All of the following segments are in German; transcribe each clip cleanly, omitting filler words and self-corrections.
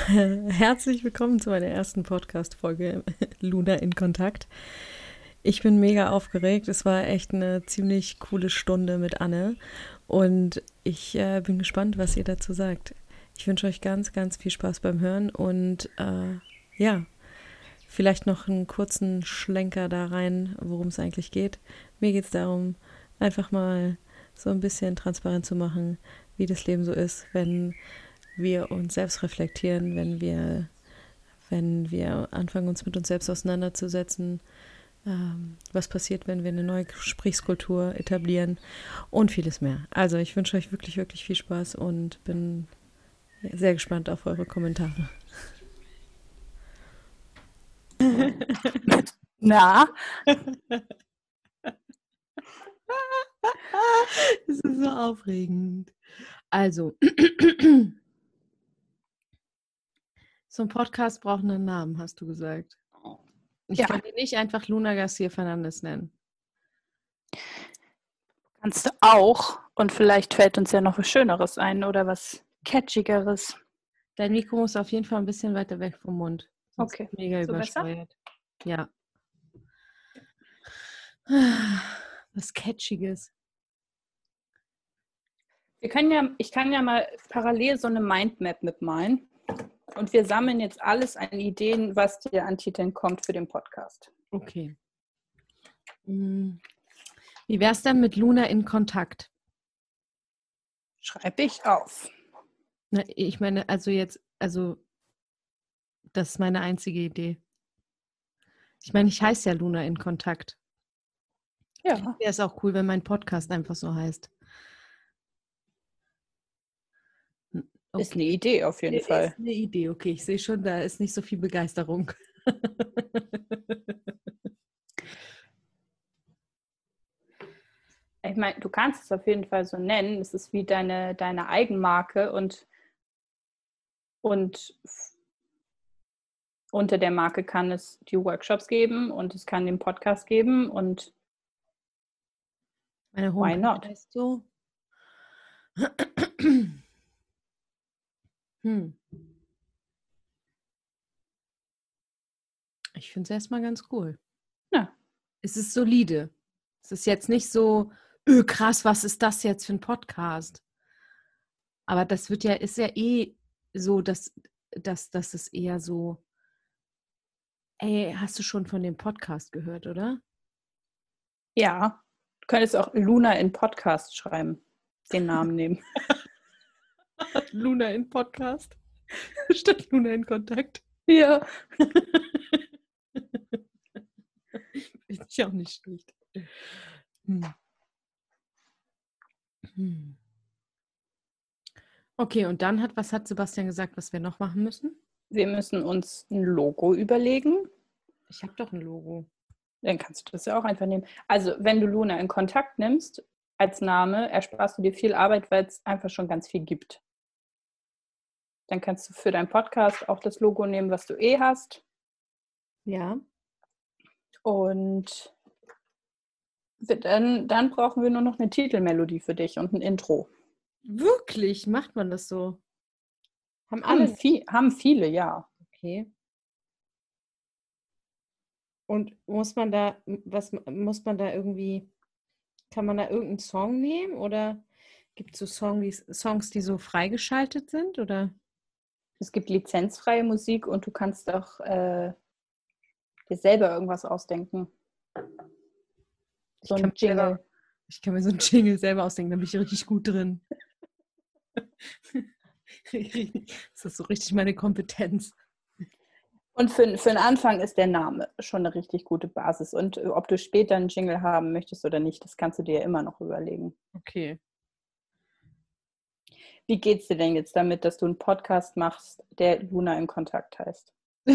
Herzlich willkommen zu meiner ersten Podcast-Folge Luna in Kontakt. Ich bin mega aufgeregt. Es war echt eine ziemlich coole Stunde mit Anne und ich bin gespannt, was ihr dazu sagt. Ich wünsche euch ganz, ganz viel Spaß beim Hören und ja, vielleicht noch einen kurzen Schlenker da rein, worum es eigentlich geht. Mir geht es darum, einfach mal so ein bisschen transparent zu machen, wie das Leben so ist, wenn wir uns selbst reflektieren, wenn wir anfangen, uns mit uns selbst auseinanderzusetzen, was passiert, wenn wir eine neue Gesprächskultur etablieren und vieles mehr. Also ich wünsche euch wirklich, wirklich viel Spaß und bin sehr gespannt auf eure Kommentare. Na, Das ist so aufregend. Also, so ein Podcast braucht einen Namen, hast du gesagt. Ich ja, kann ihn nicht einfach Luna Garcia Fernandes nennen. kannst du auch. Und vielleicht fällt uns ja noch was Schöneres ein oder was Catchigeres. Dein Mikro muss auf jeden Fall ein bisschen weiter weg vom Mund. Sonst Okay, mega so besser? übersteuert. Ja. Was Catchiges. Ich kann ja mal parallel so eine Mindmap mitmalen. Und wir sammeln jetzt alles an Ideen, was dir an Titeln kommt für den Podcast. Okay. Wie wär's denn mit Luna in Kontakt? Schreibe ich auf. Na, ich meine, also das ist meine einzige Idee. Ich meine, ich heiße ja Luna in Kontakt. Vielleicht Ja, wäre es auch cool, wenn mein Podcast einfach so heißt. ist eine Okay. Idee auf jeden Fall. Ist eine Idee, okay. Ich sehe schon, da ist nicht so viel Begeisterung. Ich meine, du kannst es auf jeden Fall so nennen. Es ist wie deine Eigenmarke und unter der Marke kann es die Workshops geben und es kann den Podcast geben und Meine why Homepage not? heißt so. Hm. Ich finde es erstmal ganz cool. Ja, Es ist solide. Es ist jetzt nicht so, krass, was ist das jetzt für ein Podcast? Aber das ist ja eh so, dass es eher so, ey, hast du schon von dem Podcast gehört, oder? ja. Du könntest auch Luna in Podcast schreiben, den Namen nehmen. Luna in Podcast statt Luna in Kontakt. Ja. Finde ich auch nicht schlecht. Hm. Hm. Okay, und dann was hat Sebastian gesagt, was wir noch machen müssen? Wir müssen uns ein Logo überlegen. Ich habe doch ein Logo. Dann kannst du das ja auch einfach nehmen. Also, wenn du Luna in Kontakt nimmst als Name, ersparst du dir viel Arbeit, weil es einfach schon ganz viel gibt. Dann kannst du für deinen Podcast auch das Logo nehmen, was du eh hast. Ja. Und dann brauchen wir nur noch eine Titelmelodie für dich und ein Intro. Wirklich? Macht man das so? Haben Haben, alle. viel, haben viele, ja. Okay. Und muss man da irgendwie, kann man da irgendeinen Song nehmen oder gibt es so Songs, die so freigeschaltet sind? Oder? Es gibt lizenzfreie Musik und du kannst auch dir selber irgendwas ausdenken. So Ich kann ein mir selber, Jingle. ich kann mir so einen Jingle selber ausdenken, da bin ich richtig gut drin. Das ist so richtig meine Kompetenz. Und für den Anfang ist der Name schon eine richtig gute Basis. Und ob du später einen Jingle haben möchtest oder nicht, das kannst du dir ja immer noch überlegen. Okay. Wie geht's dir denn jetzt damit, dass du einen Podcast machst, der Luna in Kontakt heißt?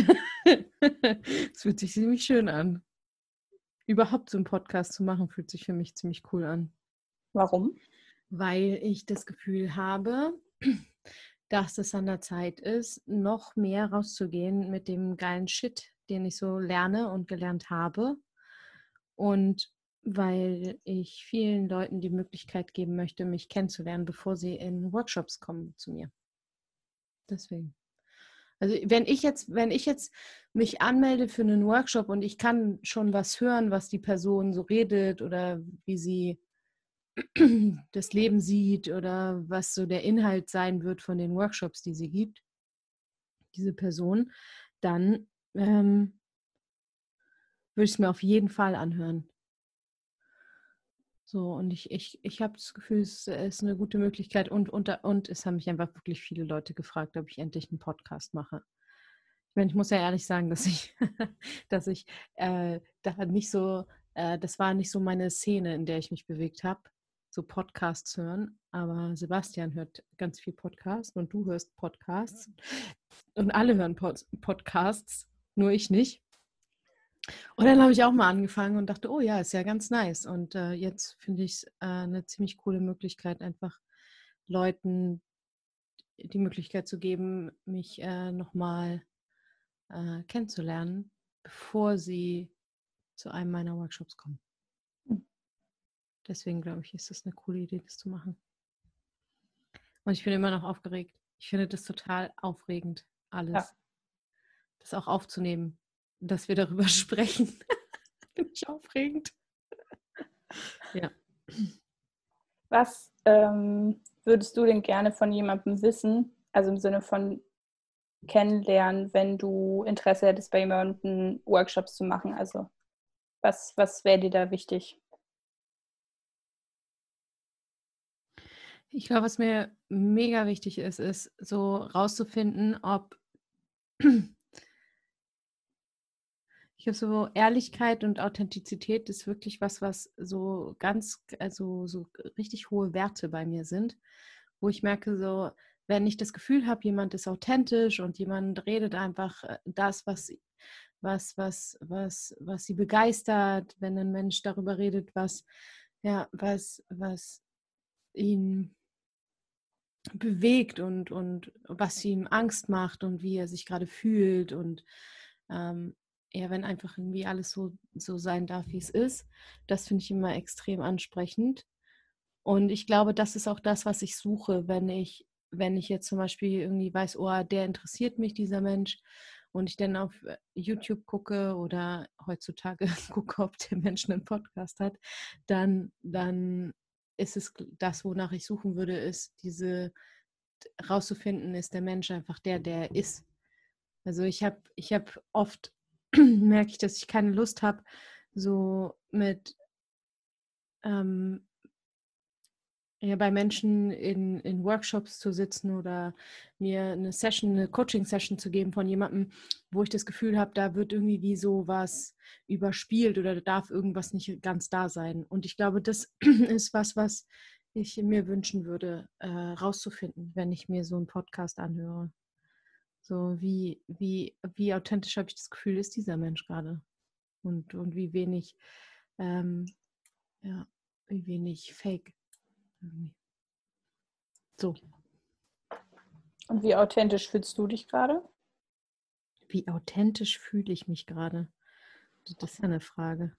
Es fühlt sich ziemlich schön an. Überhaupt so einen Podcast zu machen, fühlt sich für mich ziemlich cool an. Warum? Weil ich das Gefühl habe, dass es an der Zeit ist, noch mehr rauszugehen mit dem geilen Shit, den ich so lerne und gelernt habe. Und weil ich vielen Leuten die Möglichkeit geben möchte, mich kennenzulernen, bevor sie in Workshops kommen zu mir. Deswegen. Also wenn ich jetzt mich anmelde für einen Workshop und ich kann schon was hören, was die Person so redet oder wie sie das Leben sieht oder was so der Inhalt sein wird von den Workshops, die sie gibt, diese Person, dann würde ich es mir auf jeden Fall anhören. So, und ich habe das Gefühl, es ist eine gute Möglichkeit und es haben mich einfach wirklich viele Leute gefragt, ob ich endlich einen Podcast mache. Ich meine, ich muss ja ehrlich sagen, dass ich, dass ich da nicht so, das war nicht so meine Szene, in der ich mich bewegt habe, so Podcasts hören. Aber Sebastian hört ganz viel Podcasts und du hörst Podcasts und alle hören Podcasts, nur ich nicht. Und dann habe ich auch mal angefangen und dachte, oh ja, ist ja ganz nice. Und jetzt finde ich es eine ziemlich coole Möglichkeit, einfach Leuten die Möglichkeit zu geben, mich nochmal kennenzulernen, bevor sie zu einem meiner Workshops kommen. Deswegen glaube ich, ist das eine coole Idee, das zu machen. Und ich bin immer noch aufgeregt. Ich finde das total aufregend, alles. Ja. Das auch aufzunehmen, dass wir darüber sprechen. Finde ich aufregend. Ja. Was würdest du denn gerne von jemandem wissen, also im Sinne von kennenlernen, wenn du Interesse hättest, bei jemandem Workshops zu machen? Also was wäre dir da wichtig? Ich glaube, was mir mega wichtig ist so rauszufinden, ob ich glaube, so Ehrlichkeit und Authentizität ist wirklich was so ganz, also so richtig hohe Werte bei mir sind, wo ich merke, so, wenn ich das Gefühl habe, jemand ist authentisch und jemand redet einfach das, was sie begeistert, wenn ein Mensch darüber redet, was ihn bewegt und was ihm Angst macht und wie er sich gerade fühlt und wenn einfach irgendwie alles so sein darf, wie es ist, das finde ich immer extrem ansprechend. Und ich glaube, das ist auch das, was ich suche, wenn ich jetzt zum Beispiel irgendwie weiß, oh, der interessiert mich, dieser Mensch, und ich dann auf YouTube gucke oder heutzutage gucke, ob der Mensch einen Podcast hat, dann ist es das, wonach ich suchen würde, ist rauszufinden, ist der Mensch einfach der er ist. Also ich habe oft, merke ich, dass ich keine Lust habe, so mit bei Menschen in Workshops zu sitzen oder mir eine Coaching-Session zu geben von jemandem, wo ich das Gefühl habe, da wird irgendwie wie so was überspielt oder da darf irgendwas nicht ganz da sein. Und ich glaube, das ist was ich mir wünschen würde, rauszufinden, wenn ich mir so einen Podcast anhöre. So wie authentisch habe ich das Gefühl, ist dieser Mensch gerade? Und wie wenig, wie wenig Fake. So. Und wie authentisch fühlst du dich gerade? Wie authentisch fühle ich mich gerade? Das ist ja eine Frage.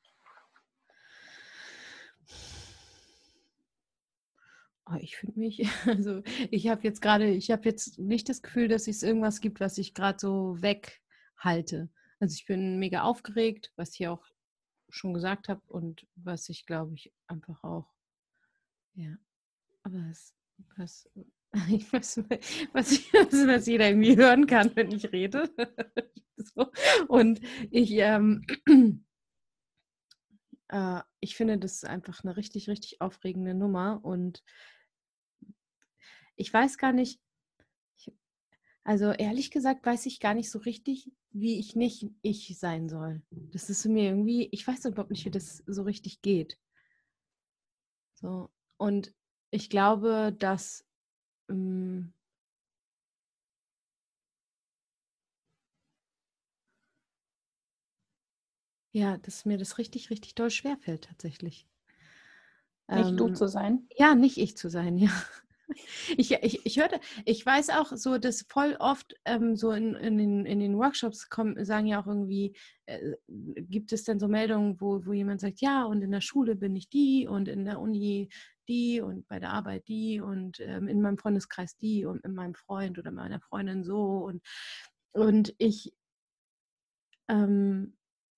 Oh, ich finde mich, also ich habe jetzt nicht das Gefühl, dass es irgendwas gibt, was ich gerade so weghalte. Also ich bin mega aufgeregt, was ich auch schon gesagt habe und was ich, glaube ich, einfach auch, ja, aber ich weiß, was jeder irgendwie hören kann, wenn ich rede. So. Und ich finde, das ist einfach eine richtig, richtig aufregende Nummer und ich weiß gar nicht, also ehrlich gesagt weiß ich gar nicht so richtig, wie ich nicht ich sein soll. Das ist mir irgendwie, ich weiß überhaupt nicht, wie das so richtig geht. So. Und ich glaube, dass dass mir das richtig, richtig doll schwerfällt tatsächlich. Nicht du zu sein? Ja, nicht ich zu sein, ja. Ich weiß auch so, dass voll oft so in den Workshops sagen ja auch irgendwie, gibt es dann so Meldungen, wo jemand sagt, ja, und in der Schule bin ich die und in der Uni die und bei der Arbeit die und in meinem Freundeskreis die und mit meinem Freund oder meiner Freundin so. Und Und ähm,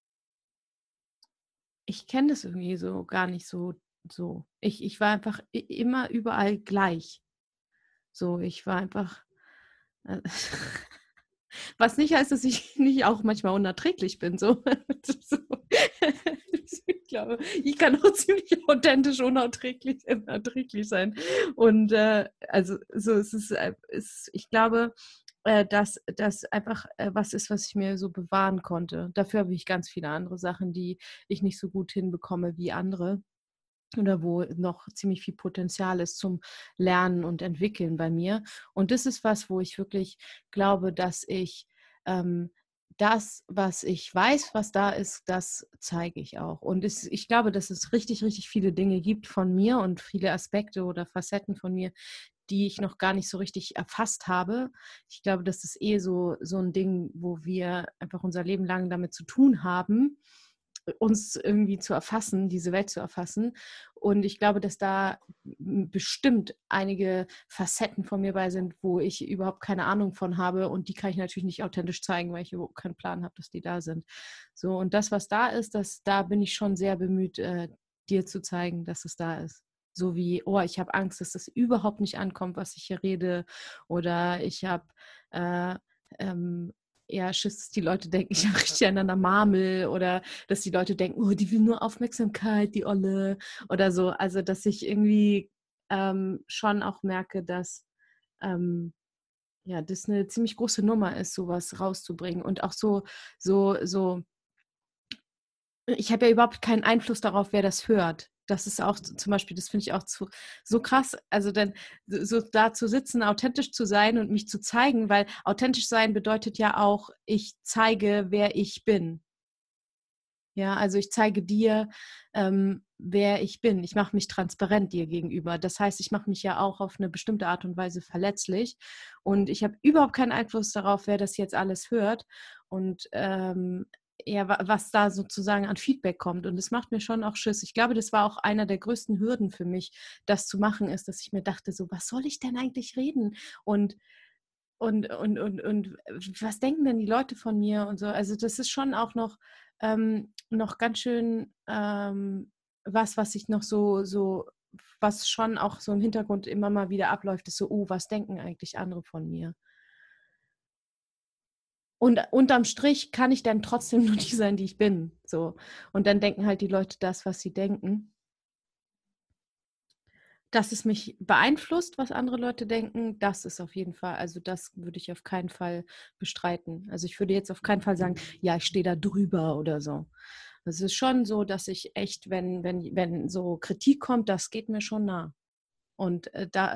ich kenne das irgendwie so gar nicht so. Ich war einfach immer überall gleich. So, ich war einfach, äh, was nicht heißt, dass ich nicht auch manchmal unerträglich bin. So. So. Ich glaube, ich kann auch ziemlich authentisch unerträglich sein. Und also so ich glaube, dass das einfach was ist, was ich mir so bewahren konnte. Dafür habe ich ganz viele andere Sachen, die ich nicht so gut hinbekomme wie andere oder wo noch ziemlich viel Potenzial ist zum Lernen und Entwickeln bei mir. Und das ist was, wo ich wirklich glaube, dass ich ähm, das, was ich weiß, was da ist, das zeige ich auch. Und ich glaube, dass es richtig, richtig viele Dinge gibt von mir und viele Aspekte oder Facetten von mir, die ich noch gar nicht so richtig erfasst habe. Ich glaube, das ist so ein Ding, wo wir einfach unser Leben lang damit zu tun haben, uns irgendwie zu erfassen, diese Welt zu erfassen. Und ich glaube, dass da bestimmt einige Facetten von mir bei sind, wo ich überhaupt keine Ahnung von habe. Und die kann ich natürlich nicht authentisch zeigen, weil ich überhaupt keinen Plan habe, dass die da sind. So, und das, was da ist, da bin ich schon sehr bemüht, dir zu zeigen, dass es da ist. So wie, oh, ich habe Angst, dass das überhaupt nicht ankommt, was ich hier rede. Oder ich habe eher Schiss, dass die Leute denken, ich richte einander Marmel oder dass die Leute denken, oh, die will nur Aufmerksamkeit, die Olle oder so. Also, dass ich irgendwie schon auch merke, dass ja, das eine ziemlich große Nummer ist, sowas rauszubringen und auch so ich habe ja überhaupt keinen Einfluss darauf, wer das hört. Das ist auch zum Beispiel, das finde ich auch so krass. Also dann so da zu sitzen, authentisch zu sein und mich zu zeigen, weil authentisch sein bedeutet ja auch, ich zeige, wer ich bin. Ja, also ich zeige dir, wer ich bin. Ich mache mich transparent dir gegenüber. Das heißt, ich mache mich ja auch auf eine bestimmte Art und Weise verletzlich. Und ich habe überhaupt keinen Einfluss darauf, wer das jetzt alles hört und ja, was da sozusagen an Feedback kommt. Und das macht mir schon auch Schiss. Ich glaube, das war auch einer der größten Hürden für mich, das zu machen, ist, dass ich mir dachte, so, was soll ich denn eigentlich reden? Und und was denken denn die Leute von mir und so. Also das ist schon auch noch ganz schön was ich noch was schon auch so im Hintergrund immer mal wieder abläuft, ist so, oh, was denken eigentlich andere von mir? Und unterm Strich kann ich dann trotzdem nur die sein, die ich bin. So. Und dann denken halt die Leute das, was sie denken. Dass es mich beeinflusst, was andere Leute denken, das ist auf jeden Fall, also das würde ich auf keinen Fall bestreiten. Also ich würde jetzt auf keinen Fall sagen, ja, ich stehe da drüber oder so. Es ist schon so, dass ich echt, wenn so Kritik kommt, das geht mir schon nah. Und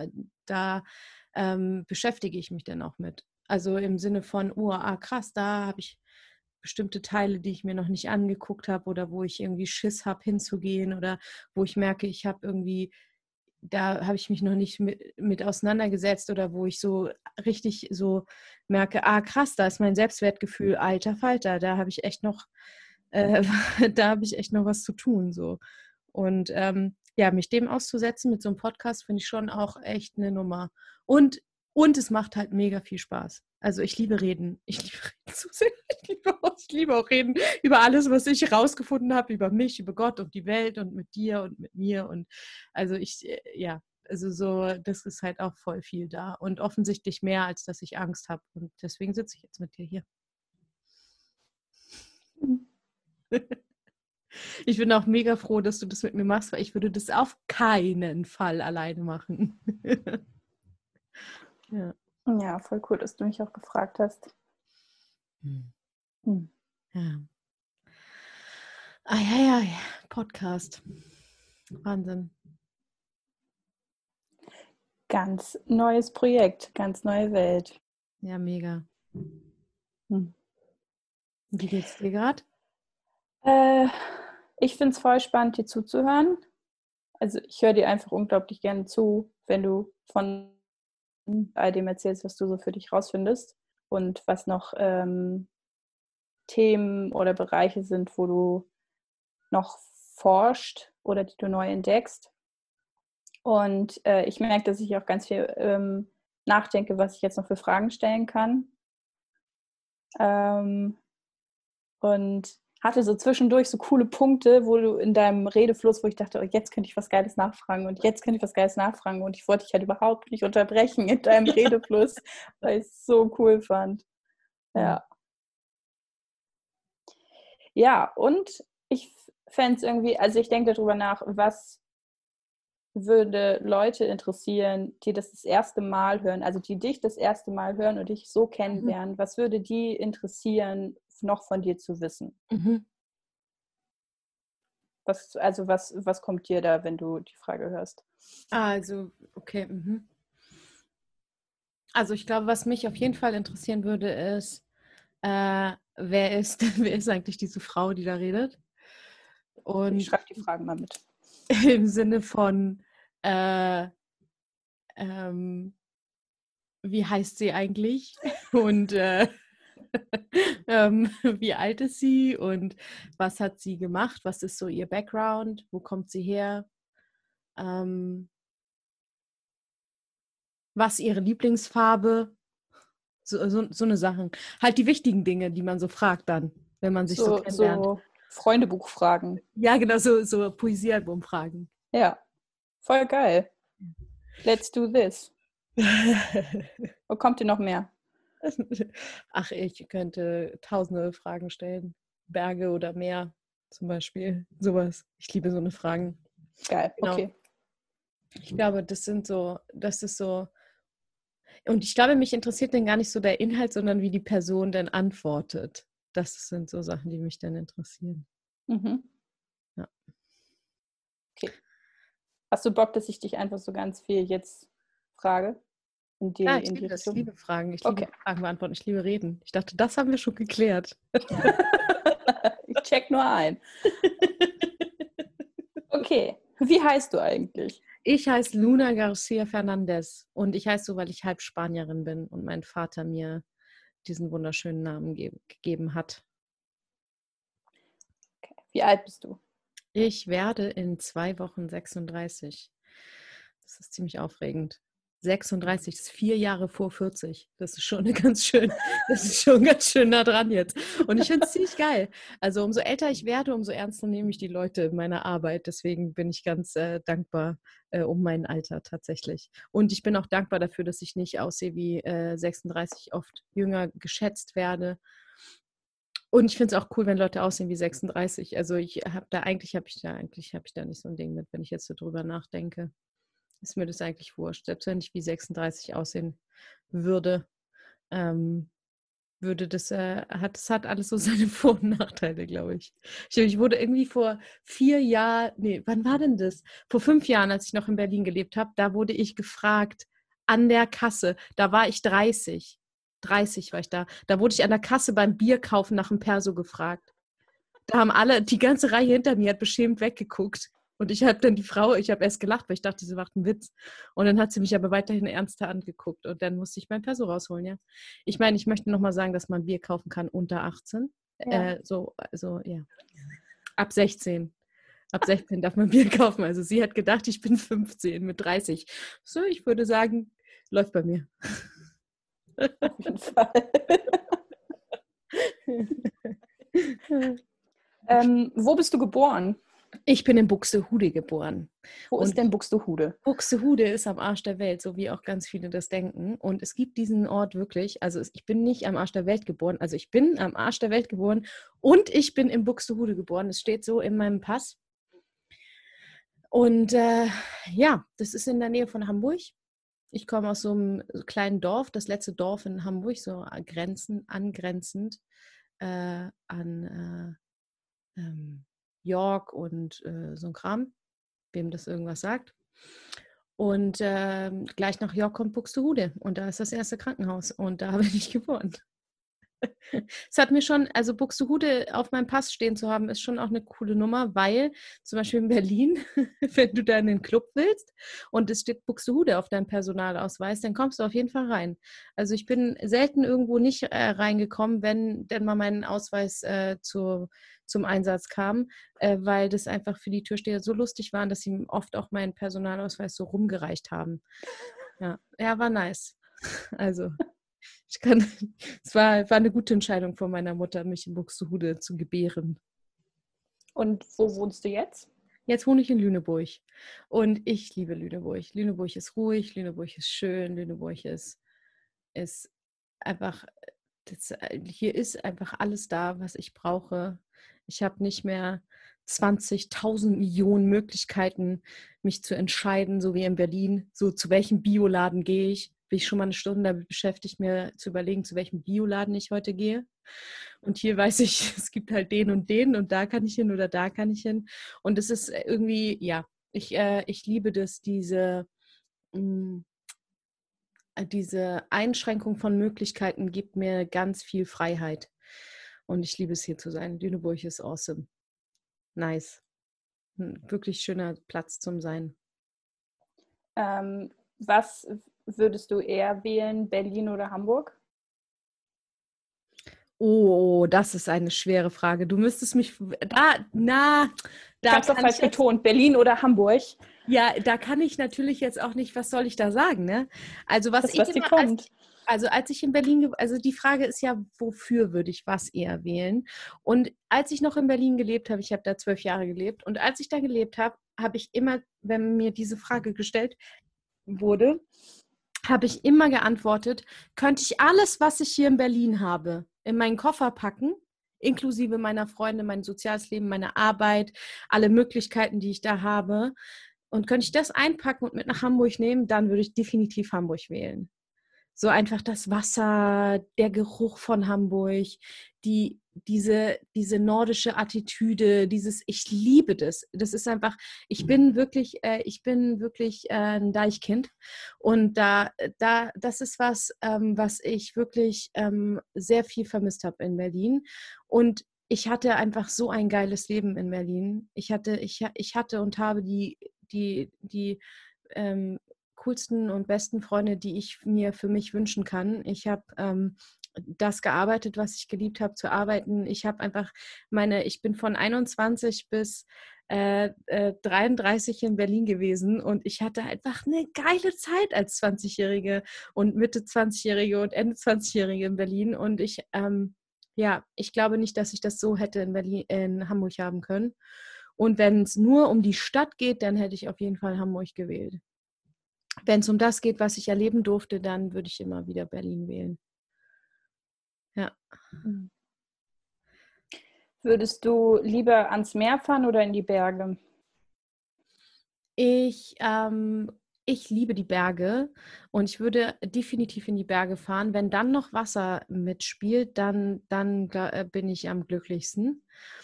da beschäftige ich mich dann auch mit. Also im Sinne von, oh, krass, da habe ich bestimmte Teile, die ich mir noch nicht angeguckt habe oder wo ich irgendwie Schiss habe hinzugehen oder wo ich merke, ich habe irgendwie da habe ich mich noch nicht mit auseinandergesetzt oder wo ich so richtig so merke, krass, da ist mein Selbstwertgefühl, alter Falter, da habe ich echt noch, äh, da habe ich echt noch was zu tun. So. Und ja, mich dem auszusetzen mit so einem Podcast finde ich schon auch echt eine Nummer. Und es macht halt mega viel Spaß. Also ich liebe Reden. Ich liebe Reden so sehr. Ich liebe auch Reden über alles, was ich herausgefunden habe, über mich, über Gott und die Welt und mit dir und mit mir. Und also ja, also so, das ist halt auch voll viel da. Und offensichtlich mehr, als dass ich Angst habe. Und deswegen sitze ich jetzt mit dir hier. Ich bin auch mega froh, dass du das mit mir machst, weil ich würde das auf keinen Fall alleine machen. Ja. Ja, voll cool, dass du mich auch gefragt hast. Hm. Ja. Ja, Podcast. Wahnsinn. Ganz neues Projekt, ganz neue Welt. Ja, mega. Wie geht's dir gerade? Ich finde es voll spannend, dir zuzuhören. Also ich höre dir einfach unglaublich gerne zu, wenn du von all dem erzählst, was du so für dich rausfindest und was noch Themen oder Bereiche sind, wo du noch forscht oder die du neu entdeckst. Und ich merke, dass ich auch ganz viel nachdenke, was ich jetzt noch für Fragen stellen kann. Und hatte so zwischendurch so coole Punkte, wo du in deinem Redefluss, wo ich dachte, oh, jetzt könnte ich was Geiles nachfragen und jetzt könnte ich was Geiles nachfragen und ich wollte dich halt überhaupt nicht unterbrechen in deinem Redefluss, weil ich es so cool fand. Ja. Ja, und ich fände es irgendwie, also ich denke darüber nach, was würde Leute interessieren, die das erste Mal hören, also die dich das erste Mal hören und dich so kennenlernen, was würde die interessieren, noch von dir zu wissen? Was kommt dir da, wenn du die Frage hörst? Also, okay. Also ich glaube, was mich auf jeden Fall interessieren würde, ist, wer ist eigentlich diese Frau, die da redet? Und ich schreibe die Fragen mal mit. im Sinne von, wie heißt sie eigentlich? Und wie alt ist sie? Und was hat sie gemacht? Was ist so ihr Background? Wo kommt sie her? Was ihre Lieblingsfarbe? So eine Sachen. Halt die wichtigen Dinge, die man so fragt dann, wenn man sich so kennenlernt. So Freundebuchfragen. Ja, genau, so Poesiealbumfragen. Ja, voll geil. Let's do this. Wo kommt dir noch mehr? Ach, ich könnte tausende Fragen stellen. Berge oder Meer zum Beispiel. Sowas. Ich liebe so eine Fragen. Geil, Genau. okay. Ich glaube, das ist so. Und ich glaube, mich interessiert dann gar nicht so der Inhalt, sondern wie die Person dann antwortet. Das sind so Sachen, die mich dann interessieren. Ja. Okay. Hast du Bock, dass ich dich einfach so ganz viel jetzt frage? Ich liebe Fragen. Ich liebe Fragen beantworten. Ich liebe Reden. Ich dachte, das haben wir schon geklärt. Ich check nur ein. Okay. Wie heißt du eigentlich? Ich heiße Luna Garcia Fernandez und ich heiße so, weil ich halb Spanierin bin und mein Vater mir diesen wunderschönen Namen gegeben hat. Okay. Wie alt bist du? Ich werde in 2 Wochen 36. Das ist ziemlich aufregend. 36, das ist 4 Jahre vor 40. Das ist schon ganz schön nah dran jetzt. Und ich finde es ziemlich geil. Also umso älter ich werde, umso ernster nehme ich die Leute in meiner Arbeit. Deswegen bin ich ganz dankbar um mein Alter tatsächlich. Und ich bin auch dankbar dafür, dass ich nicht aussehe wie 36, oft jünger geschätzt werde. Und ich finde es auch cool, wenn Leute aussehen wie 36. Also ich habe da nicht so ein Ding mit, wenn ich jetzt so drüber nachdenke. Ist mir das eigentlich wurscht. Selbst wenn ich wie 36 aussehen würde, das hat alles so seine Vor- und Nachteile, glaube ich. Ich wurde irgendwie vor 4 Jahren, wann war denn das? Vor 5 Jahren, als ich noch in Berlin gelebt habe, da wurde ich gefragt an der Kasse, da war ich 30 war ich da. Da wurde ich an der Kasse beim Bier kaufen nach dem Perso gefragt. Da haben die ganze Reihe hinter mir hat beschämt weggeguckt. Und ich habe dann ich habe erst gelacht, weil ich dachte, sie macht einen Witz. Und dann hat sie mich aber weiterhin ernster angeguckt. Und dann musste ich mein Perso rausholen, ja. Ich meine, ich möchte nochmal sagen, dass man Bier kaufen kann unter 18. Ja. Ja. Ab 16. Ab 16 darf man Bier kaufen. Also sie hat gedacht, ich bin 15 mit 30. So, ich würde sagen, läuft bei mir. Auf jeden Fall. Wo bist du geboren? Ich bin in Buxtehude geboren. Wo ist denn Buxtehude? Buxtehude ist am Arsch der Welt, so wie auch ganz viele das denken. Und es gibt diesen Ort wirklich, also ich bin nicht am Arsch der Welt geboren, also ich bin am Arsch der Welt geboren und ich bin in Buxtehude geboren. Es steht so in meinem Pass. Und ja, das ist in der Nähe von Hamburg. Ich komme aus so einem kleinen Dorf, das letzte Dorf in Hamburg, so angrenzend an York und so ein Kram, wem das irgendwas sagt. Und gleich nach York kommt Buxtehude und da ist das erste Krankenhaus und da bin ich geboren. Es hat mir schon, also Buxtehude auf meinem Pass stehen zu haben, ist schon auch eine coole Nummer, weil zum Beispiel in Berlin, wenn du da in den Club willst und es steht Buxtehude auf deinem Personalausweis, dann kommst du auf jeden Fall rein. Also ich bin selten irgendwo nicht reingekommen, wenn denn mal mein Ausweis zum Einsatz kam, weil das einfach für die Türsteher so lustig waren, dass sie oft auch meinen Personalausweis so rumgereicht haben. Ja, war nice. Also Es war eine gute Entscheidung von meiner Mutter, mich in Buxtehude zu gebären. Und wo wohnst du jetzt? Jetzt wohne ich in Lüneburg und ich liebe Lüneburg. Lüneburg ist ruhig, Lüneburg ist schön, Lüneburg ist einfach, hier ist einfach alles da, was ich brauche. Ich habe nicht mehr 20.000 Millionen Möglichkeiten, mich zu entscheiden, so wie in Berlin. So, zu welchem Bioladen gehe ich? Bin ich schon mal eine Stunde damit beschäftigt, mir zu überlegen, zu welchem Bioladen ich heute gehe. Und hier weiß ich, es gibt halt den und da kann ich hin oder da kann ich hin. Und es ist irgendwie, ja, ich liebe das, mh, diese Einschränkung von Möglichkeiten gibt mir ganz viel Freiheit. Und ich liebe es, hier zu sein. Lüneburg ist awesome. Nice. Ein wirklich schöner Platz zum Sein. Was würdest du eher wählen, Berlin oder Hamburg? Oh, das ist eine schwere Frage. Du müsstest mich da Ich habe es auch falsch betont, Berlin oder Hamburg. Ja, da kann ich natürlich jetzt auch nicht, was soll ich da sagen, ne? Also was dir kommt. Als ich in Berlin, also die Frage ist ja, wofür würde ich was eher wählen? Und als ich noch in Berlin gelebt habe, ich habe da 12 Jahre gelebt, und als ich da gelebt habe, habe ich immer, wenn mir diese Frage gestellt wurde, habe ich immer geantwortet, könnte ich alles, was ich hier in Berlin habe, in meinen Koffer packen, inklusive meiner Freunde, mein soziales Leben, meine Arbeit, alle Möglichkeiten, die ich da habe, und könnte ich das einpacken und mit nach Hamburg nehmen, dann würde ich definitiv Hamburg wählen. So einfach das Wasser, der Geruch von Hamburg, diese nordische Attitüde, ich liebe das. Das ist einfach, ich bin wirklich ein Deichkind. Und das ist was ich wirklich sehr viel vermisst habe in Berlin. Und ich hatte einfach so ein geiles Leben in Berlin. Ich hatte und habe die coolsten und besten Freunde, die ich mir für mich wünschen kann. Ich habe das gearbeitet, was ich geliebt habe zu arbeiten. Ich bin von 21 bis 33 in Berlin gewesen, und ich hatte einfach eine geile Zeit als 20-Jährige und Mitte 20-Jährige und Ende 20-Jährige in Berlin, und ich glaube nicht, dass ich das so hätte in Hamburg haben können. Und wenn es nur um die Stadt geht, dann hätte ich auf jeden Fall Hamburg gewählt. Wenn es um das geht, was ich erleben durfte, dann würde ich immer wieder Berlin wählen. Ja. Würdest du lieber ans Meer fahren oder in die Berge? Ich liebe die Berge, und ich würde definitiv in die Berge fahren. Wenn dann noch Wasser mitspielt, dann bin ich am glücklichsten.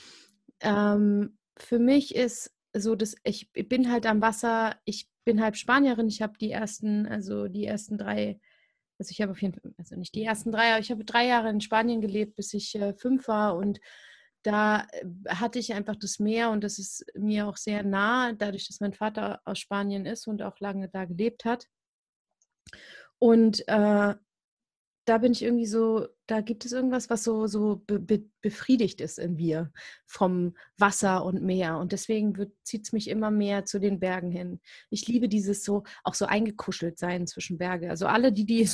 Für mich ist so, dass ich bin halt am Wasser, ich bin halb Spanierin, ich habe die ersten 3, also ich habe auf jeden Fall, also nicht die ersten 3, aber ich habe 3 Jahre in Spanien gelebt, bis ich 5 war, und da hatte ich einfach das Meer, und das ist mir auch sehr nah, dadurch, dass mein Vater aus Spanien ist und auch lange da gelebt hat. Und da bin ich irgendwie so, da gibt es irgendwas, was so befriedigt ist in mir vom Wasser und Meer. Und deswegen zieht es mich immer mehr zu den Bergen hin. Ich liebe dieses auch so eingekuschelt sein zwischen Berge. Also alle, die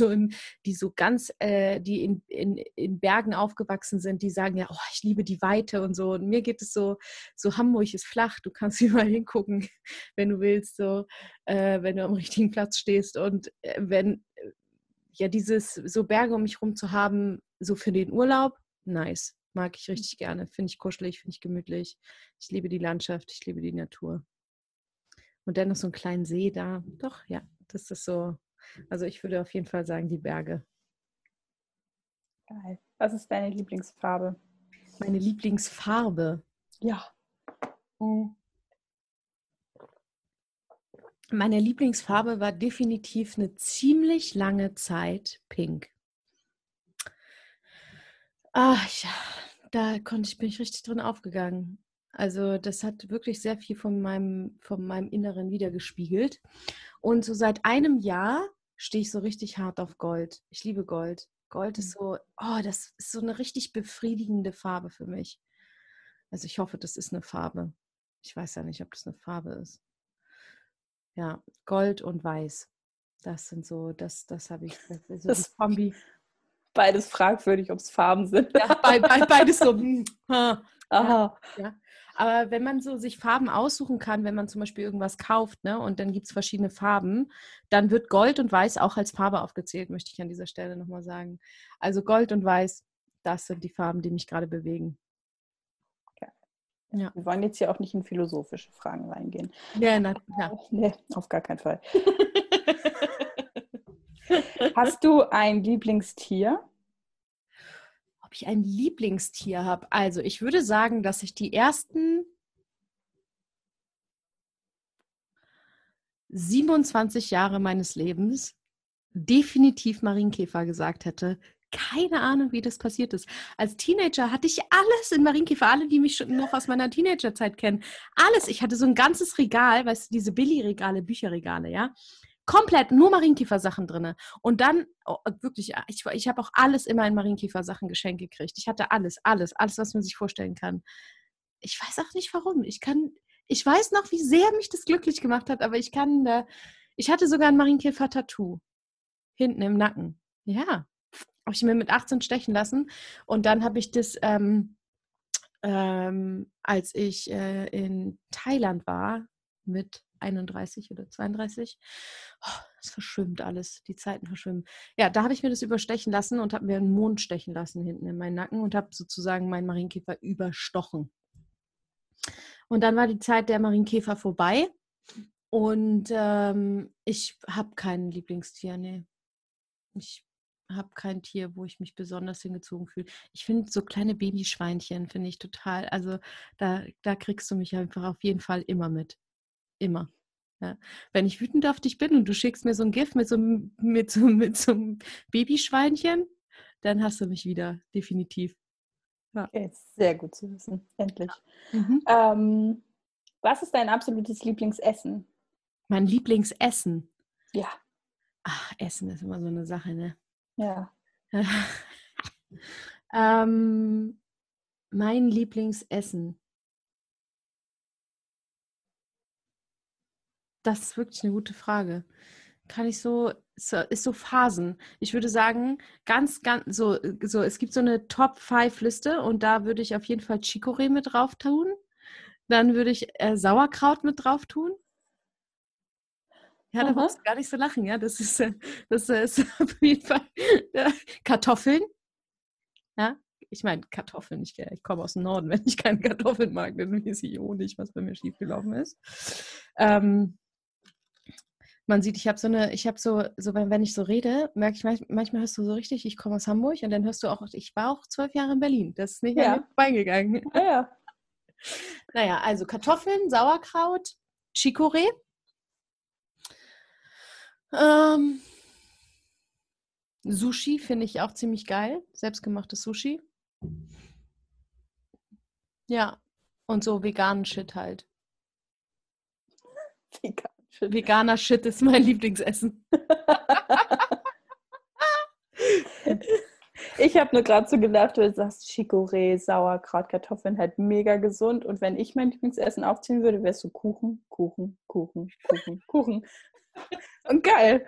in Bergen aufgewachsen sind, die sagen ja, oh, ich liebe die Weite und so. Und mir geht es so Hamburg ist flach, du kannst überall hingucken, wenn du willst, wenn du am richtigen Platz stehst. Und so Berge um mich rum zu haben, so für den Urlaub, nice. Mag ich richtig gerne. Finde ich kuschelig, finde ich gemütlich. Ich liebe die Landschaft, ich liebe die Natur. Und dann noch so einen kleinen See da. Doch, ja, das ist so. Also ich würde auf jeden Fall sagen, die Berge. Geil. Was ist deine Lieblingsfarbe? Meine Lieblingsfarbe? Ja. Meine Lieblingsfarbe war definitiv eine ziemlich lange Zeit pink. Bin ich richtig drin aufgegangen. Also das hat wirklich sehr viel von meinem Inneren wiedergespiegelt. Und so seit einem Jahr stehe ich so richtig hart auf Gold. Ich liebe Gold. Gold ist das ist so eine richtig befriedigende Farbe für mich. Also ich hoffe, das ist eine Farbe. Ich weiß ja nicht, ob das eine Farbe ist. Ja, Gold und Weiß. Das sind so, das habe ich, das ist so die Kombi. Beides fragwürdig, ob es Farben sind. Ja, beides so. Aha. Ja. Aber wenn man so sich Farben aussuchen kann, wenn man zum Beispiel irgendwas kauft, ne, und dann gibt es verschiedene Farben, dann wird Gold und Weiß auch als Farbe aufgezählt, möchte ich an dieser Stelle nochmal sagen. Also Gold und Weiß, das sind die Farben, die mich gerade bewegen. Ja. Wir wollen jetzt hier auch nicht in philosophische Fragen reingehen. Ja. Nee, auf gar keinen Fall. Hast du ein Lieblingstier? Ob ich ein Lieblingstier habe? Also ich würde sagen, dass ich die ersten 27 Jahre meines Lebens definitiv Marienkäfer gesagt hätte. Keine Ahnung, wie das passiert ist. Als Teenager hatte ich alles in Marienkäfer. Alle, die mich schon noch aus meiner Teenagerzeit kennen. Alles. Ich hatte so ein ganzes Regal, weißt du, diese Billy-Regale, Bücherregale, ja. Komplett nur Marienkäfer-Sachen drin. Und dann, wirklich, ich habe auch alles immer in Marienkäfer-Sachen geschenkt gekriegt. Ich hatte alles, was man sich vorstellen kann. Ich weiß auch nicht, warum. Ich weiß noch, wie sehr mich das glücklich gemacht hat, aber ich hatte sogar ein Marienkäfer-Tattoo. Hinten im Nacken. Ja. Habe ich mir mit 18 stechen lassen. Und dann habe ich das, als ich in Thailand war, mit 31 oder 32, es verschwimmt alles, die Zeiten verschwimmen. Ja, da habe ich mir das überstechen lassen und habe mir einen Mond stechen lassen hinten in meinen Nacken und habe sozusagen meinen Marienkäfer überstochen. Und dann war die Zeit der Marienkäfer vorbei und ich habe kein Lieblingstier, nee. Ich habe kein Tier, wo ich mich besonders hingezogen fühle. Ich finde so kleine Babyschweinchen, finde ich total, also da kriegst du mich einfach auf jeden Fall immer mit. Immer. Ja. Wenn ich wütend auf dich bin und du schickst mir so ein GIF mit so einem Babyschweinchen, dann hast du mich wieder, definitiv. Ja. Okay, sehr gut zu wissen, endlich. Mhm. Was ist dein absolutes Lieblingsessen? Mein Lieblingsessen? Ja. Ach, Essen ist immer so eine Sache, ne? Ja. Mein Lieblingsessen. Das ist wirklich eine gute Frage. Ist so Phasen. Ich würde sagen, ganz, so, es gibt so eine Top-5-Liste und da würde ich auf jeden Fall Chicorée mit drauf tun. Dann würde ich Sauerkraut mit drauf tun. Ja, da brauchst du gar nicht so lachen, ja. Das ist auf jeden Fall Kartoffeln. Ja, ich meine Kartoffeln. Ich komme aus dem Norden. Wenn ich keine Kartoffeln mag, dann weiß ich auch nicht, was bei mir schiefgelaufen ist. Man sieht, wenn ich so rede, merke ich manchmal hörst du so richtig, ich komme aus Hamburg und dann hörst du auch, ich war auch 12 Jahre in Berlin. Das ist nicht an mir vorbeigegangen. Ja. Naja, also Kartoffeln, Sauerkraut, Chicorée. Sushi finde ich auch ziemlich geil. Selbstgemachtes Sushi. Ja, und so veganen Shit halt. Veganer Shit ist mein Lieblingsessen. Ich habe nur gerade so gedacht, du sagst Chicorée, Sauerkraut, Kartoffeln halt mega gesund. Und wenn ich mein Lieblingsessen aufziehen würde, wärst du Kuchen. Und geil.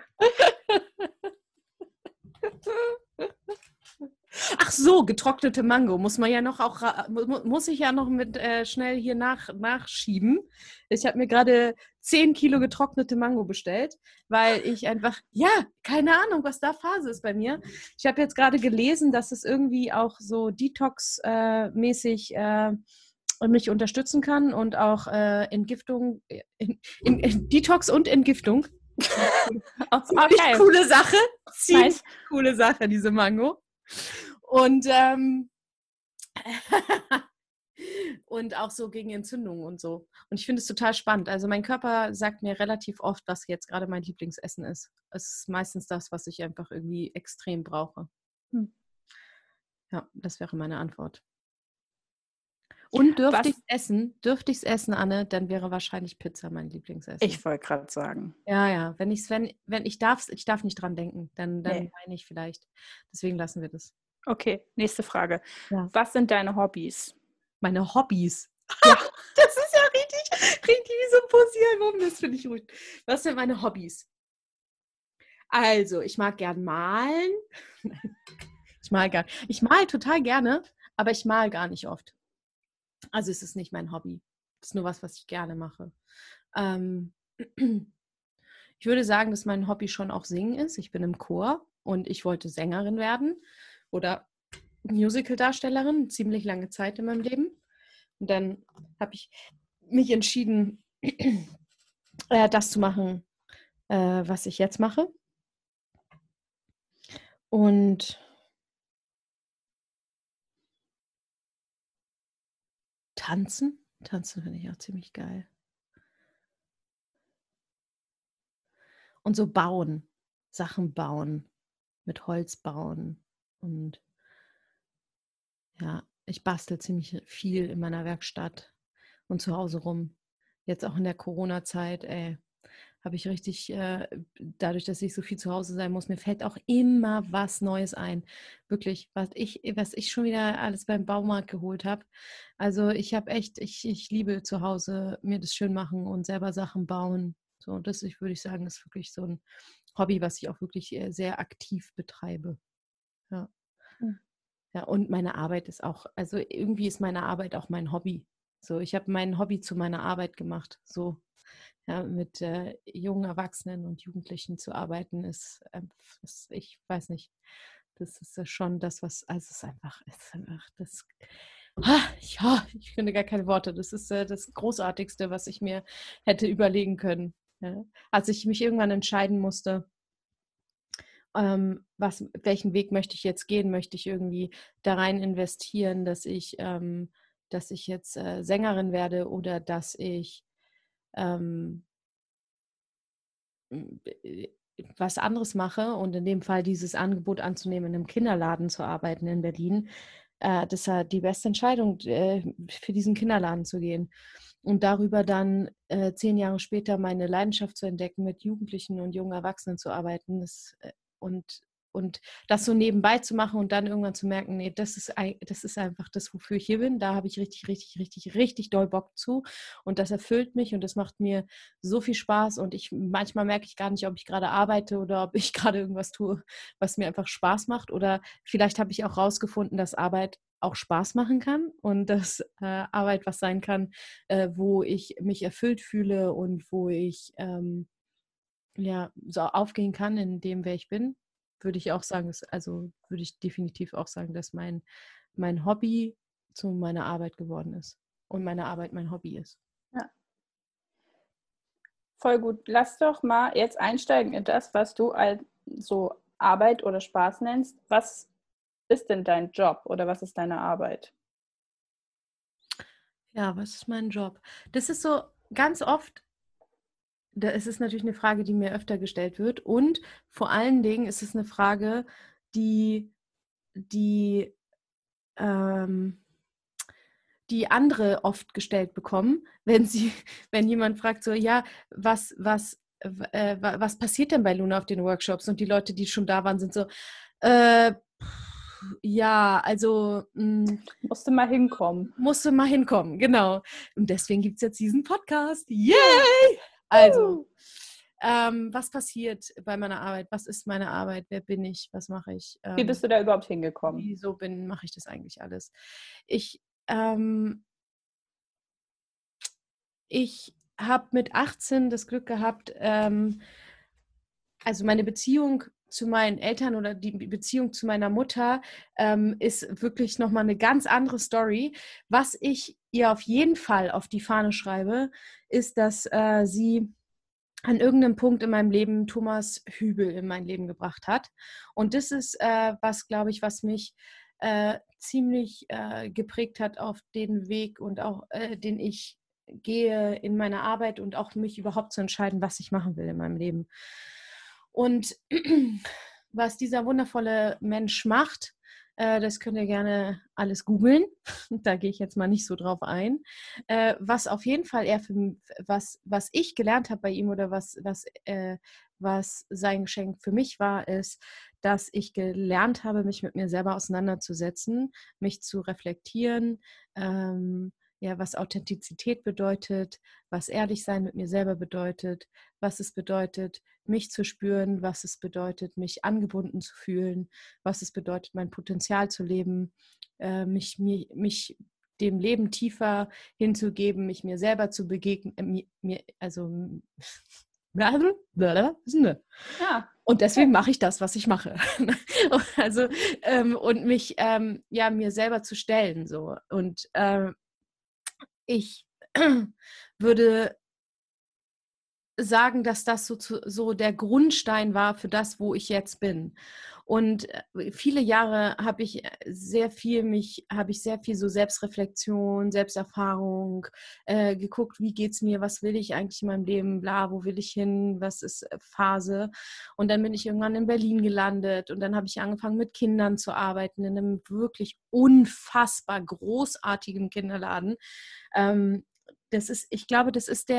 Ach so, getrocknete Mango muss man ja noch muss ich ja noch mit schnell hier nachschieben. Ich habe mir gerade 10 Kilo getrocknete Mango bestellt, weil ich einfach, keine Ahnung, was da Phase ist bei mir. Ich habe jetzt gerade gelesen, dass es irgendwie auch so Detox-mäßig mich unterstützen kann und auch Entgiftung, Detox und Entgiftung. Auch ziemlich coole Sache. Ziemlich coole Sache, diese Mango. Und und auch so gegen Entzündungen und so. Und ich finde es total spannend. Also mein Körper sagt mir relativ oft, was jetzt gerade mein Lieblingsessen ist. Es ist meistens das, was ich einfach irgendwie extrem brauche. Ja, das wäre meine Antwort. Und dürfte ich es essen, Anne, dann wäre wahrscheinlich Pizza mein Lieblingsessen. Ich wollte gerade sagen. Ja. Wenn ich darf nicht dran denken, dann meine ich vielleicht. Deswegen lassen wir das. Okay, nächste Frage. Ja. Was sind deine Hobbys? Meine Hobbys? Ja. Das ist ja richtig wie so ein Posieralbum, das finde ich ruhig. Was sind meine Hobbys? Also, ich mag gern malen. Ich Ich mal total gerne, aber ich mal gar nicht oft. Also es ist nicht mein Hobby. Es ist nur was ich gerne mache. Ähm, Ich würde sagen, dass mein Hobby schon auch Singen ist. Ich bin im Chor und ich wollte Sängerin werden oder Musical-Darstellerin, ziemlich lange Zeit in meinem Leben. Und dann habe ich mich entschieden, das zu machen, was ich jetzt mache. Und tanzen finde ich auch ziemlich geil. Und so bauen, Sachen bauen, mit Holz bauen. Und ja, ich bastel ziemlich viel in meiner Werkstatt und zu Hause rum. Jetzt auch in der Corona-Zeit, habe ich richtig, dadurch, dass ich so viel zu Hause sein muss, mir fällt auch immer was Neues ein. Wirklich, was ich schon wieder alles beim Baumarkt geholt habe. Also ich habe echt, ich liebe zu Hause mir das schön machen und selber Sachen bauen. So, das würde ich sagen, ist wirklich so ein Hobby, was ich auch wirklich sehr aktiv betreibe. Ja. Ja, und meine Arbeit ist auch, also irgendwie ist meine Arbeit auch mein Hobby. So, ich habe mein Hobby zu meiner Arbeit gemacht. So, ja, mit jungen Erwachsenen und Jugendlichen zu arbeiten, ich weiß nicht, das ist ja schon das, also es ist einfach das, ich finde gar keine Worte. Das ist das Großartigste, was ich mir hätte überlegen können. Ja. Als ich mich irgendwann entscheiden musste, welchen Weg möchte ich jetzt gehen? Möchte ich irgendwie da rein investieren, dass ich jetzt Sängerin werde oder dass ich ähm, was anderes mache und in dem Fall dieses Angebot anzunehmen, in einem Kinderladen zu arbeiten in Berlin, das war die beste Entscheidung, für diesen Kinderladen zu gehen. Und darüber dann 10 Jahre später meine Leidenschaft zu entdecken, mit Jugendlichen und jungen Erwachsenen zu arbeiten und, und das so nebenbei zu machen und dann irgendwann zu merken, nee, das ist einfach das, wofür ich hier bin. Da habe ich richtig, richtig, richtig, richtig doll Bock zu und das erfüllt mich und das macht mir so viel Spaß und manchmal merke ich gar nicht, ob ich gerade arbeite oder ob ich gerade irgendwas tue, was mir einfach Spaß macht oder vielleicht habe ich auch rausgefunden, dass Arbeit auch Spaß machen kann und dass Arbeit was sein kann, wo ich mich erfüllt fühle und wo ich ja so aufgehen kann in dem, wer ich bin, würde ich auch sagen, würde ich definitiv auch sagen, dass mein Hobby zu meiner Arbeit geworden ist und meine Arbeit mein Hobby ist. Ja, voll gut. Lass doch mal jetzt einsteigen in das, was du als so Arbeit oder Spaß nennst. Was ist denn dein Job oder was ist deine Arbeit? Ja, was ist mein Job? Das ist so ganz oft, es ist natürlich eine Frage, die mir öfter gestellt wird und vor allen Dingen ist es eine Frage, die ähm, die andere oft gestellt bekommen, wenn jemand fragt so, ja, was passiert denn bei Luna auf den Workshops? Und die Leute, die schon da waren, sind so, äh, ja, also Musste mal hinkommen. musste mal hinkommen, genau. Und deswegen gibt es jetzt diesen Podcast. Yay! Also, was passiert bei meiner Arbeit? Was ist meine Arbeit? Wer bin ich? Was mache ich? Wie bist du da überhaupt hingekommen? Wieso mache ich das eigentlich alles? Ähm, ich habe mit 18 das Glück gehabt, also meine Beziehung zu meinen Eltern oder die Beziehung zu meiner Mutter ist wirklich nochmal eine ganz andere Story. Was ich ihr auf jeden Fall auf die Fahne schreibe, ist, dass sie an irgendeinem Punkt in meinem Leben Thomas Hübel in mein Leben gebracht hat. Und das ist was, glaube ich, was mich ziemlich geprägt hat auf den Weg und auch den ich gehe in meiner Arbeit und auch mich überhaupt zu entscheiden, was ich machen will in meinem Leben. Und was dieser wundervolle Mensch macht, das könnt ihr gerne alles googeln. Da gehe ich jetzt mal nicht so drauf ein. Was auf jeden Fall was ich gelernt habe bei ihm oder was sein Geschenk für mich war, ist, dass ich gelernt habe, mich mit mir selber auseinanderzusetzen, mich zu reflektieren, was Authentizität bedeutet, was ehrlich sein mit mir selber bedeutet, was es bedeutet, mich zu spüren, was es bedeutet, mich angebunden zu fühlen, was es bedeutet, mein Potenzial zu leben, mich dem Leben tiefer hinzugeben, mich mir selber zu begegnen, Ja, und deswegen mache ich das, was ich mache. Also, und mich mir selber zu stellen. So. Und ich würde sagen, dass das so der Grundstein war für das, wo ich jetzt bin. Und viele Jahre habe ich sehr viel so Selbstreflexion, Selbsterfahrung, geguckt, wie geht's mir, was will ich eigentlich in meinem Leben, bla, wo will ich hin, was ist Phase. Und dann bin ich irgendwann in Berlin gelandet und dann habe ich angefangen, mit Kindern zu arbeiten, in einem wirklich unfassbar großartigen Kinderladen. Ich glaube,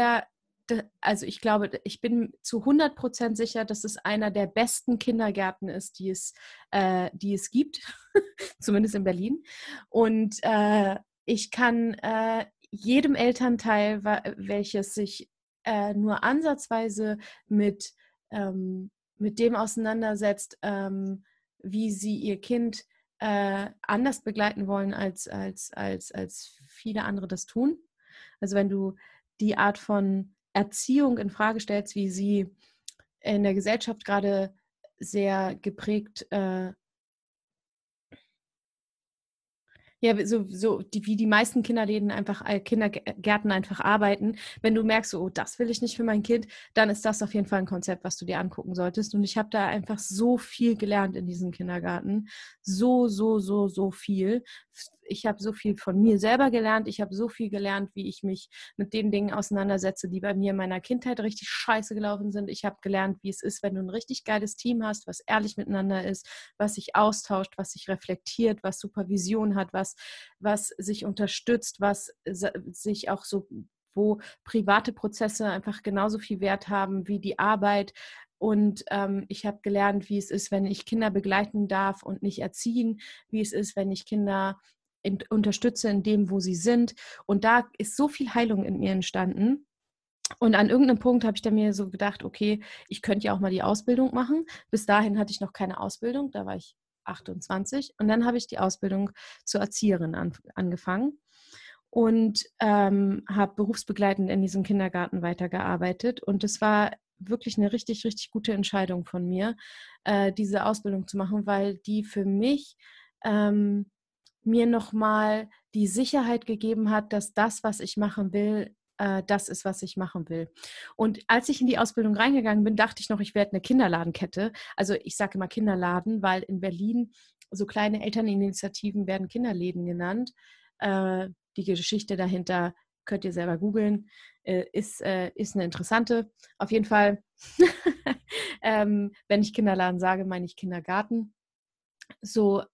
ich bin zu 100% sicher, dass es einer der besten Kindergärten ist, die es gibt, zumindest in Berlin. Und ich kann jedem Elternteil, welches sich nur ansatzweise mit dem auseinandersetzt, wie sie ihr Kind anders begleiten wollen, als viele andere das tun. Also wenn du die Art von Erziehung in Frage stellst, wie sie in der Gesellschaft gerade sehr geprägt, wie die meisten Kindergärten einfach arbeiten. Wenn du merkst, oh, das will ich nicht für mein Kind, dann ist das auf jeden Fall ein Konzept, was du dir angucken solltest. Und ich habe da einfach so viel gelernt in diesem Kindergarten. So viel. Ich habe so viel von mir selber gelernt. Ich habe so viel gelernt, wie ich mich mit den Dingen auseinandersetze, die bei mir in meiner Kindheit richtig scheiße gelaufen sind. Ich habe gelernt, wie es ist, wenn du ein richtig geiles Team hast, was ehrlich miteinander ist, was sich austauscht, was sich reflektiert, was Supervision hat, was sich unterstützt, was sich auch so, wo private Prozesse einfach genauso viel Wert haben wie die Arbeit. Und ich habe gelernt, wie es ist, wenn ich Kinder begleiten darf und nicht erziehen, wie es ist, wenn ich Kinder unterstütze in dem, wo sie sind. Und da ist so viel Heilung in mir entstanden. Und an irgendeinem Punkt habe ich dann mir so gedacht, okay, ich könnte ja auch mal die Ausbildung machen. Bis dahin hatte ich noch keine Ausbildung, da war ich 28. Und dann habe ich die Ausbildung zur Erzieherin angefangen und habe berufsbegleitend in diesem Kindergarten weitergearbeitet. Und es war wirklich eine richtig, richtig gute Entscheidung von mir, diese Ausbildung zu machen, weil die für mich mir nochmal die Sicherheit gegeben hat, dass das, was ich machen will, das ist, was ich machen will. Und als ich in die Ausbildung reingegangen bin, dachte ich noch, ich werde eine Kinderladenkette. Also ich sage immer Kinderladen, weil in Berlin so kleine Elterninitiativen werden Kinderläden genannt. Die Geschichte dahinter könnt ihr selber googeln, ist eine interessante. Auf jeden Fall, wenn ich Kinderladen sage, meine ich Kindergarten. So,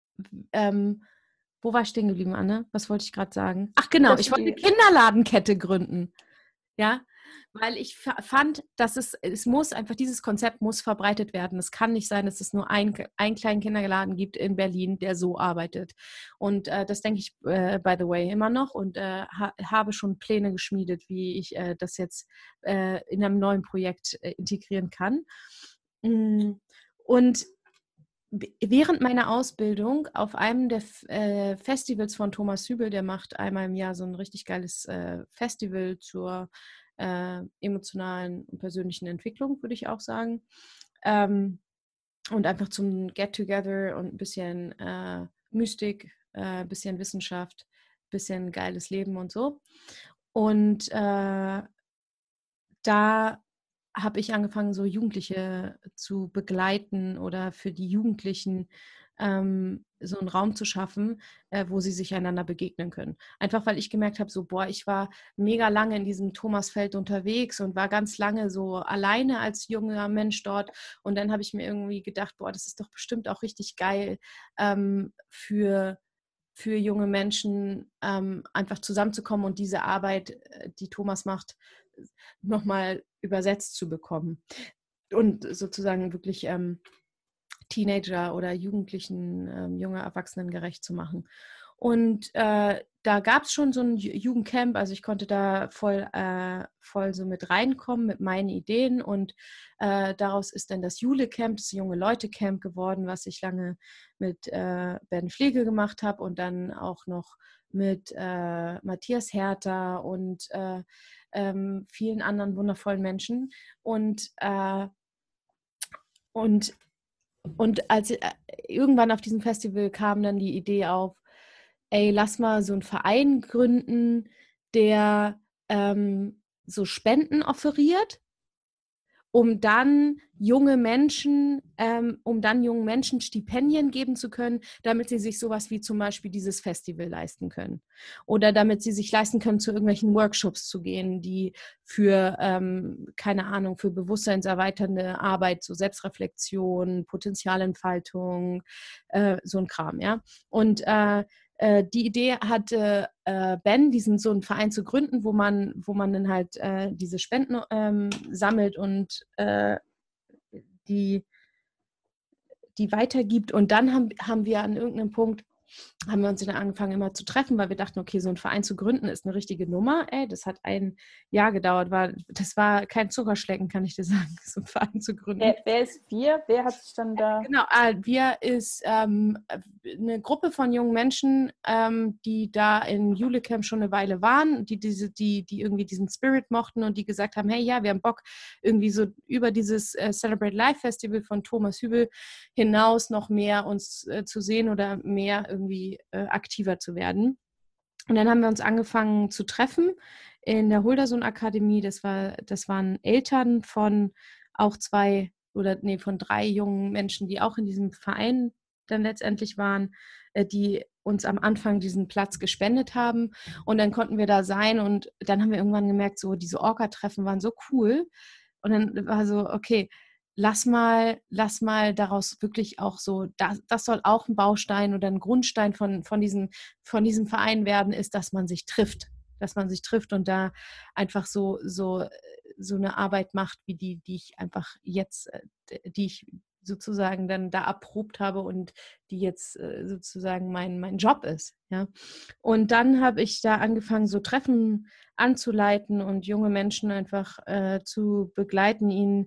wo war ich stehen geblieben, Anne? Was wollte ich gerade sagen? Ach genau, ich wollte eine Kinderladenkette gründen. Ja, weil ich fand, dass dieses Konzept muss verbreitet werden. Es kann nicht sein, dass es nur einen kleinen Kinderladen gibt in Berlin, der so arbeitet. Und das denke ich, by the way, immer noch und habe schon Pläne geschmiedet, wie ich das jetzt in einem neuen Projekt integrieren kann. Und während meiner Ausbildung auf einem der Festivals von Thomas Hübel, der macht einmal im Jahr so ein richtig geiles Festival zur emotionalen und persönlichen Entwicklung, würde ich auch sagen. Und einfach zum Get-Together und ein bisschen Mystik, ein bisschen Wissenschaft, ein bisschen geiles Leben und so. Und da habe ich angefangen, so Jugendliche zu begleiten oder für die Jugendlichen so einen Raum zu schaffen, wo sie sich einander begegnen können. Einfach weil ich gemerkt habe, so, boah, ich war mega lange in diesem Thomasfeld unterwegs und war ganz lange so alleine als junger Mensch dort. Und dann habe ich mir irgendwie gedacht, boah, das ist doch bestimmt auch richtig geil für junge Menschen einfach zusammenzukommen und diese Arbeit, die Thomas macht, nochmal übersetzt zu bekommen und sozusagen wirklich Teenager oder Jugendlichen, junge Erwachsenen gerecht zu machen. Und da gab es schon so ein Jugendcamp, also ich konnte da voll so mit reinkommen mit meinen Ideen und daraus ist dann das Jule-Camp, das Junge-Leute-Camp geworden, was ich lange mit Ben Fliege gemacht habe und dann auch noch mit Matthias Herter und vielen anderen wundervollen Menschen. Und als irgendwann auf diesem Festival kam dann die Idee auf, ey, lass mal so einen Verein gründen, der so Spenden offeriert, um dann jungen Menschen Stipendien geben zu können, damit sie sich sowas wie zum Beispiel dieses Festival leisten können. Oder damit sie sich leisten können, zu irgendwelchen Workshops zu gehen, die für, keine Ahnung, für bewusstseinserweiternde Arbeit, so Selbstreflexion, Potenzialentfaltung, so ein Kram, ja. Und die Idee hatte Ben, so einen Verein zu gründen, wo man dann halt diese Spenden sammelt und die weitergibt. Und dann haben wir an irgendeinem Punkt, haben wir uns dann angefangen immer zu treffen, weil wir dachten, okay, so einen Verein zu gründen ist eine richtige Nummer. Ey, das hat ein Jahr gedauert. Das war kein Zuckerschlecken, kann ich dir sagen, so einen Verein zu gründen. Wer ist wir? Wer hat sich dann da... Genau, wir ist eine Gruppe von jungen Menschen, die da in Jule-Camp schon eine Weile waren, die irgendwie diesen Spirit mochten und die gesagt haben, hey, ja, wir haben Bock, irgendwie so über dieses Celebrate Life Festival von Thomas Hübel hinaus noch mehr uns zu sehen oder mehr irgendwie aktiver zu werden. Und dann haben wir uns angefangen zu treffen in der Huldersohn Akademie. Das waren Eltern von auch von 3 jungen Menschen, die auch in diesem Verein dann letztendlich waren, die uns am Anfang diesen Platz gespendet haben. Und dann konnten wir da sein und dann haben wir irgendwann gemerkt, so diese Orga-Treffen waren so cool. Und dann war so, okay, lass mal daraus wirklich auch so, das soll auch ein Baustein oder ein Grundstein von diesem Verein werden, ist, dass man sich trifft und da einfach so eine Arbeit macht, wie die ich einfach jetzt, die ich sozusagen dann da erprobt habe und die jetzt sozusagen mein Job ist. Ja? Und dann habe ich da angefangen, so Treffen anzuleiten und junge Menschen einfach zu begleiten,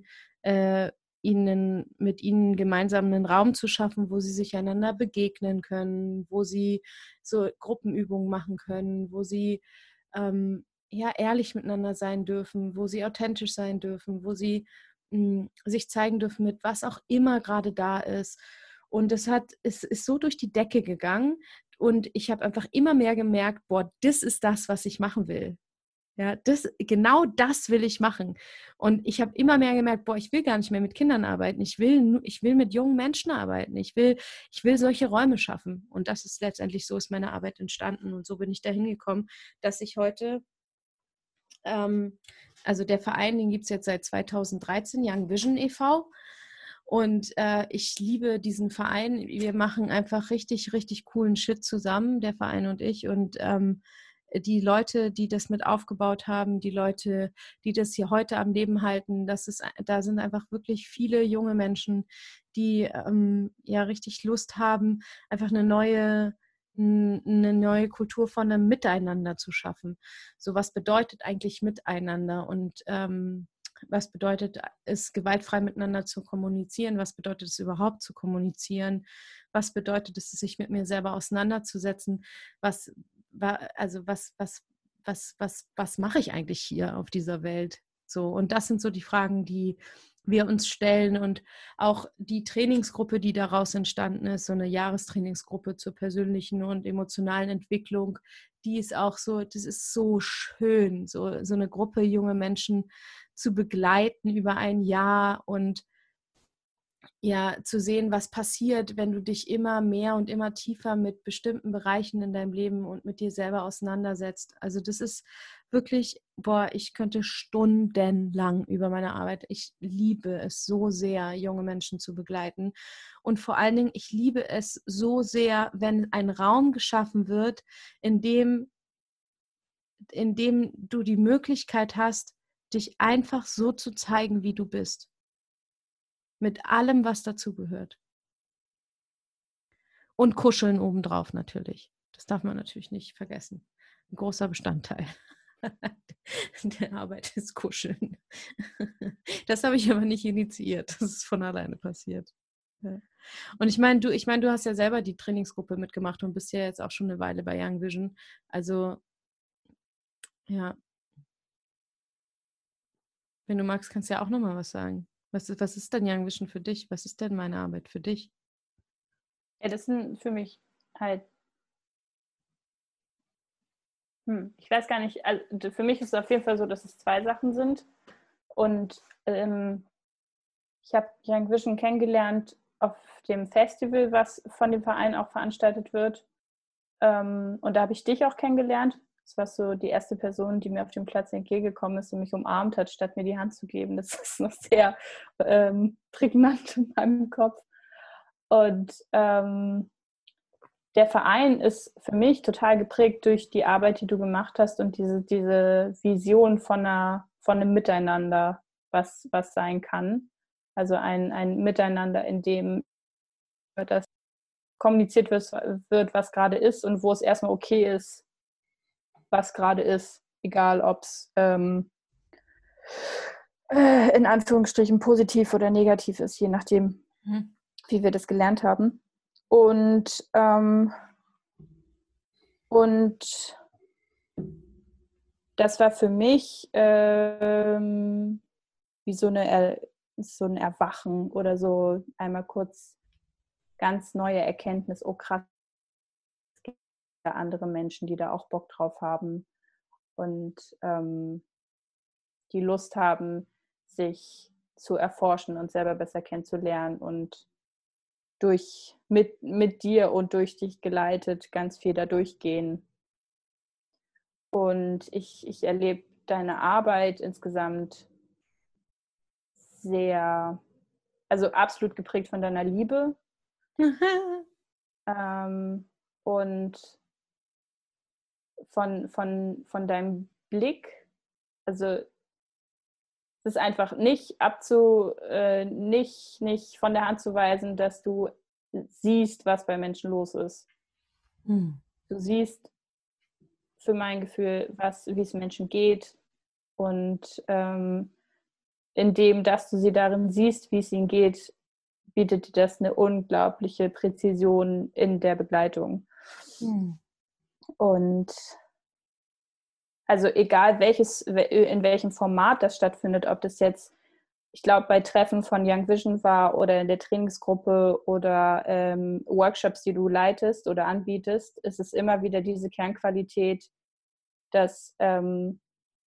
mit ihnen gemeinsam einen Raum zu schaffen, wo sie sich einander begegnen können, wo sie so Gruppenübungen machen können, wo sie ehrlich miteinander sein dürfen, wo sie authentisch sein dürfen, wo sie sich zeigen dürfen mit was auch immer gerade da ist. Und es ist so durch die Decke gegangen und ich habe einfach immer mehr gemerkt, boah, das ist das, was ich machen will. Ja, genau das will ich machen. Und ich habe immer mehr gemerkt, boah, ich will gar nicht mehr mit Kindern arbeiten. Ich will mit jungen Menschen arbeiten. Ich will solche Räume schaffen. Und das ist letztendlich, so ist meine Arbeit entstanden. Und so bin ich dahin gekommen, dass ich heute, also der Verein, den gibt es jetzt seit 2013, Young Vision e.V. Und ich liebe diesen Verein. Wir machen einfach richtig, richtig coolen Shit zusammen, der Verein und ich. Und die Leute, die das mit aufgebaut haben, die Leute, die das hier heute am Leben halten, da sind einfach wirklich viele junge Menschen, die richtig Lust haben, einfach eine neue Kultur von einem Miteinander zu schaffen. So, was bedeutet eigentlich Miteinander und was bedeutet es, gewaltfrei miteinander zu kommunizieren? Was bedeutet es überhaupt zu kommunizieren? Was bedeutet es, sich mit mir selber auseinanderzusetzen? Was mache ich eigentlich hier auf dieser Welt? So, und das sind so die Fragen, die wir uns stellen und auch die Trainingsgruppe, die daraus entstanden ist, so eine Jahrestrainingsgruppe zur persönlichen und emotionalen Entwicklung, die ist auch so, das ist so schön, so eine Gruppe junge Menschen zu begleiten über ein Jahr und ja, zu sehen, was passiert, wenn du dich immer mehr und immer tiefer mit bestimmten Bereichen in deinem Leben und mit dir selber auseinandersetzt. Also das ist wirklich, ich könnte stundenlang über meine Arbeit, ich liebe es so sehr, junge Menschen zu begleiten. Und vor allen Dingen, ich liebe es so sehr, wenn ein Raum geschaffen wird, in dem du die Möglichkeit hast, dich einfach so zu zeigen, wie du bist. Mit allem, was dazugehört. Und kuscheln obendrauf natürlich. Das darf man natürlich nicht vergessen. Ein großer Bestandteil der Arbeit ist Kuscheln. Das habe ich aber nicht initiiert. Das ist von alleine passiert. Ja. Und ich meine, du hast ja selber die Trainingsgruppe mitgemacht und bist ja jetzt auch schon eine Weile bei Young Vision. Also, ja, wenn du magst, kannst du ja auch nochmal was sagen. Was ist denn Young Vision für dich? Was ist denn meine Arbeit für dich? Ja, das sind für mich halt, ich weiß gar nicht, also für mich ist es auf jeden Fall so, dass es 2 Sachen sind. Und ich habe Young Vision kennengelernt auf dem Festival, was von dem Verein auch veranstaltet wird. Und da habe ich dich auch kennengelernt. Das war so die erste Person, die mir auf dem Platz entgegengekommen ist und mich umarmt hat, statt mir die Hand zu geben. Das ist noch sehr prägnant in meinem Kopf. Und der Verein ist für mich total geprägt durch die Arbeit, die du gemacht hast und diese Vision von einem Miteinander, was sein kann. Also ein Miteinander, in dem das kommuniziert wird, was gerade ist und wo es erstmal okay ist, was gerade ist. Egal, ob es in Anführungsstrichen positiv oder negativ ist, je nachdem, wie wir das gelernt haben. Und das war für mich wie so ein Erwachen oder so einmal kurz ganz neue Erkenntnis, oh krass, es gibt ja andere Menschen, die da auch Bock drauf haben und die Lust haben, sich zu erforschen und selber besser kennenzulernen und mit dir und durch dich geleitet ganz viel da durchgehen. Und ich erlebe deine Arbeit insgesamt sehr, also absolut geprägt von deiner Liebe und von deinem Blick. Also es ist einfach nicht nicht von der Hand zu weisen, dass du siehst, was bei Menschen los ist. Du siehst für mein Gefühl, wie es Menschen geht und indem, dass du sie darin siehst, wie es ihnen geht, bietet dir das eine unglaubliche Präzision in der Begleitung. Und also egal in welchem Format das stattfindet, ob das jetzt, ich glaube, bei Treffen von Young Vision war oder in der Trainingsgruppe oder Workshops, die du leitest oder anbietest, ist es immer wieder diese Kernqualität, dass du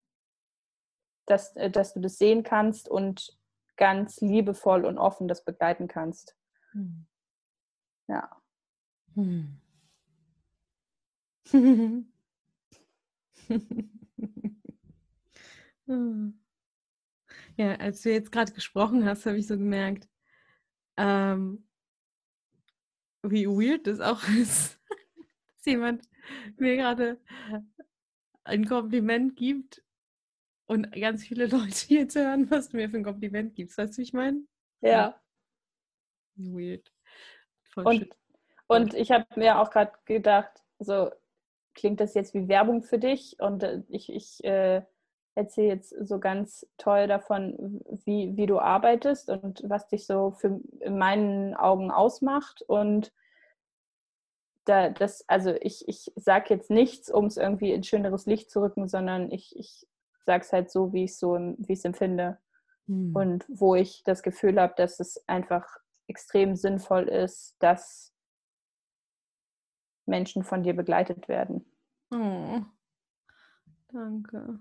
das sehen kannst und ganz liebevoll und offen das begleiten kannst. Ja. Ja, als du jetzt gerade gesprochen hast, habe ich so gemerkt, wie weird das auch ist, dass jemand mir gerade ein Kompliment gibt und ganz viele Leute jetzt hören, was du mir für ein Kompliment gibst. Weißt du, wie ich meine? Ja. Weird. Voll schön. Und ich habe mir auch gerade gedacht, so klingt das jetzt wie Werbung für dich und ich erzähle jetzt so ganz toll davon, wie du arbeitest und was dich so in meinen Augen ausmacht. Und also ich sage jetzt nichts, um es irgendwie in schöneres Licht zu rücken, sondern ich sage es halt so, wie ich es empfinde. Und wo ich das Gefühl habe, dass es einfach extrem sinnvoll ist, dass Menschen von dir begleitet werden. Oh, danke.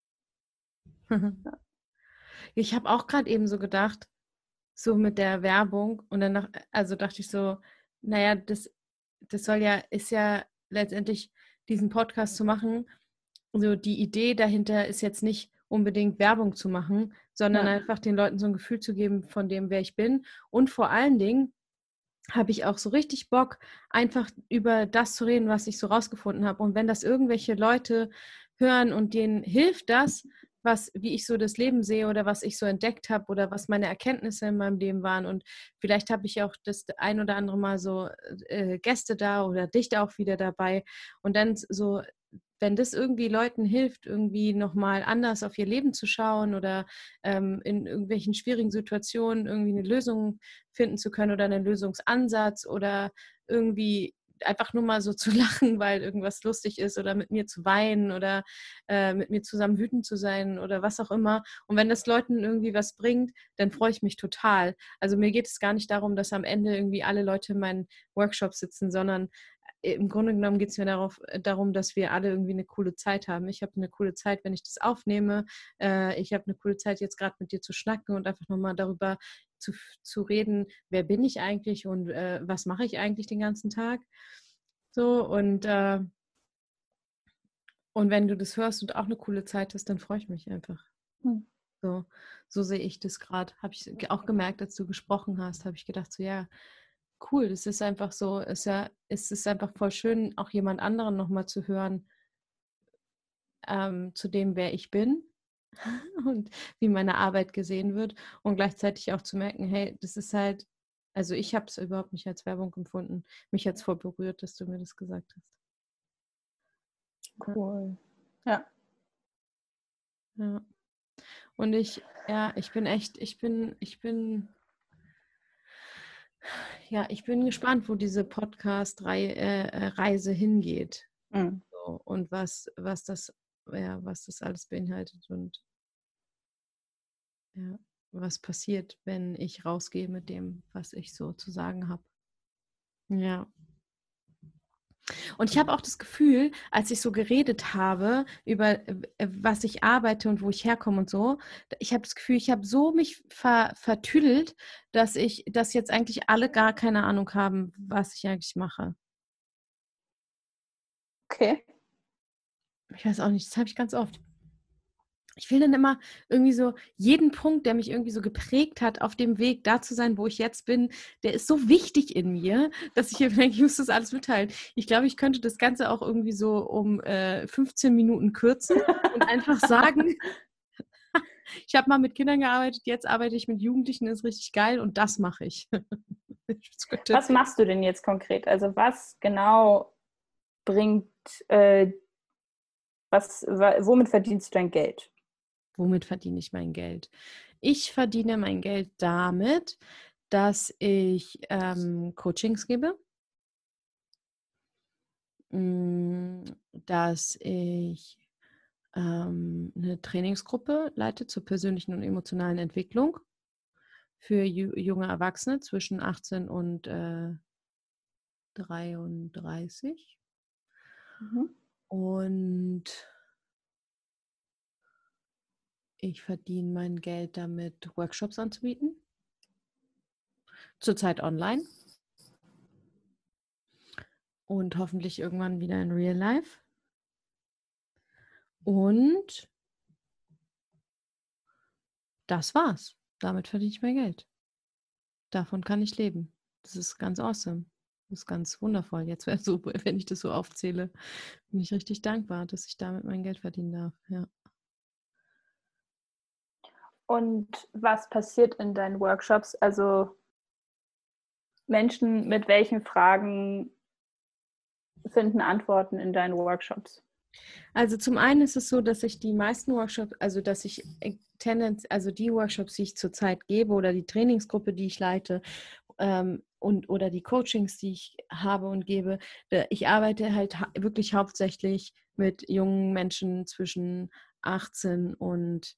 Ich habe auch gerade eben so gedacht, so mit der Werbung und dann dachte ich so, naja, das ist ja letztendlich diesen Podcast zu machen. Also die Idee dahinter ist jetzt nicht unbedingt Werbung zu machen, sondern einfach den Leuten so ein Gefühl zu geben von dem, wer ich bin. Und vor allen Dingen habe ich auch so richtig Bock, einfach über das zu reden, was ich so rausgefunden habe. Und wenn das irgendwelche Leute hören und denen hilft das, wie ich so das Leben sehe oder was ich so entdeckt habe oder was meine Erkenntnisse in meinem Leben waren. Und vielleicht habe ich auch das ein oder andere Mal so Gäste da oder dich auch wieder dabei. Und dann so, wenn das irgendwie Leuten hilft, irgendwie nochmal anders auf ihr Leben zu schauen oder in irgendwelchen schwierigen Situationen irgendwie eine Lösung finden zu können oder einen Lösungsansatz oder irgendwie einfach nur mal so zu lachen, weil irgendwas lustig ist oder mit mir zu weinen oder mit mir zusammen wütend zu sein oder was auch immer. Und wenn das Leuten irgendwie was bringt, dann freue ich mich total. Also mir geht es gar nicht darum, dass am Ende irgendwie alle Leute in meinen Workshops sitzen, sondern im Grunde genommen geht es mir darum, dass wir alle irgendwie eine coole Zeit haben. Ich habe eine coole Zeit, wenn ich das aufnehme. Ich habe eine coole Zeit, jetzt gerade mit dir zu schnacken und einfach nochmal darüber zu reden, wer bin ich eigentlich und was mache ich eigentlich den ganzen Tag. So, und wenn du das hörst und auch eine coole Zeit hast, dann freue ich mich einfach. So sehe ich das gerade. Habe ich auch gemerkt, als du gesprochen hast, habe ich gedacht, so ja, cool, das ist einfach so, es ist einfach voll schön, auch jemand anderen nochmal zu hören, zu dem, wer ich bin und wie meine Arbeit gesehen wird und gleichzeitig auch zu merken, hey, das ist halt, also ich habe es überhaupt nicht als Werbung empfunden. Mich hat es voll berührt, dass du mir das gesagt hast. Cool. Ja. Ja. Und ich bin gespannt, wo diese Podcast-Reise hingeht. Mhm. So, und was das alles beinhaltet und ja, was passiert, wenn ich rausgehe mit dem, was ich so zu sagen habe. Ja. Und ich habe auch das Gefühl, als ich so geredet habe über was ich arbeite und wo ich herkomme und so, ich habe das Gefühl, ich habe so mich vertüdelt, dass jetzt eigentlich alle gar keine Ahnung haben, was ich eigentlich mache. Okay. Ich weiß auch nicht, das habe ich ganz oft. Ich will dann immer irgendwie so jeden Punkt, der mich irgendwie so geprägt hat, auf dem Weg da zu sein, wo ich jetzt bin, der ist so wichtig in mir, dass ich denke, ich muss das alles mitteilen. Ich glaube, ich könnte das Ganze auch irgendwie so um 15 Minuten kürzen und einfach sagen, ich habe mal mit Kindern gearbeitet, jetzt arbeite ich mit Jugendlichen, das ist richtig geil und das mache ich. Was machst du denn jetzt konkret? Also was genau bringt, womit verdienst du dein Geld? Womit verdiene ich mein Geld? Ich verdiene mein Geld damit, dass ich Coachings gebe, dass ich eine Trainingsgruppe leite zur persönlichen und emotionalen Entwicklung für junge Erwachsene zwischen 18 und 33. Mhm. Und ich verdiene mein Geld damit, Workshops anzubieten. Zurzeit online. Und hoffentlich irgendwann wieder in Real Life. Und das war's. Damit verdiene ich mein Geld. Davon kann ich leben. Das ist ganz awesome. Das ist ganz wundervoll. Jetzt wäre es so, wenn ich das so aufzähle, bin ich richtig dankbar, dass ich damit mein Geld verdienen darf. Ja. Und was passiert in deinen Workshops? Also Menschen mit welchen Fragen finden Antworten in deinen Workshops? Also zum einen ist es so, dass ich die meisten Workshops, also dass ich also die Workshops, die ich zurzeit gebe oder die Trainingsgruppe, die ich leite oder die Coachings, die ich habe und gebe, ich arbeite halt wirklich hauptsächlich mit jungen Menschen zwischen 18 und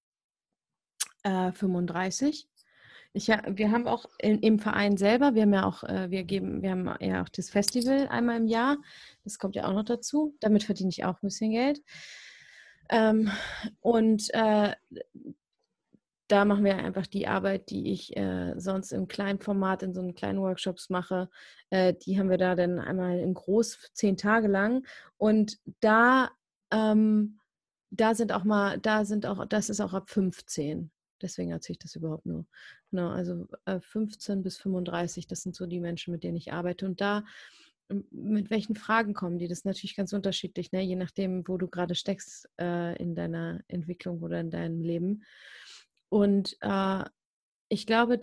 35. Wir haben auch im Verein selber, wir haben ja auch das Festival einmal im Jahr. Das kommt ja auch noch dazu. Damit verdiene ich auch ein bisschen Geld. Da machen wir einfach die Arbeit, die ich sonst im kleinen Format in so einen kleinen Workshops mache. Die haben wir da dann einmal in groß 10 Tage lang. Und das ist auch ab 15. Deswegen erzähle ich das überhaupt nur. Genau, also 15 bis 35, das sind so die Menschen, mit denen ich arbeite. Und da mit welchen Fragen kommen die? Das ist natürlich ganz unterschiedlich, ne? Je nachdem, wo du gerade steckst in deiner Entwicklung oder in deinem Leben. Und ich glaube,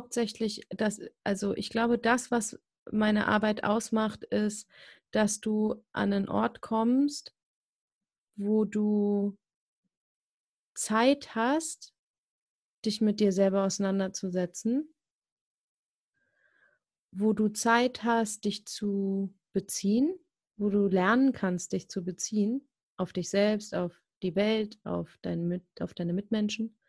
ich glaube, das, was meine Arbeit ausmacht, ist, dass du an einen Ort kommst, wo du Zeit hast, dich mit dir selber auseinanderzusetzen, wo du Zeit hast, dich zu beziehen, wo du lernen kannst, dich zu beziehen auf dich selbst, auf die Welt, auf deine Mitmenschen,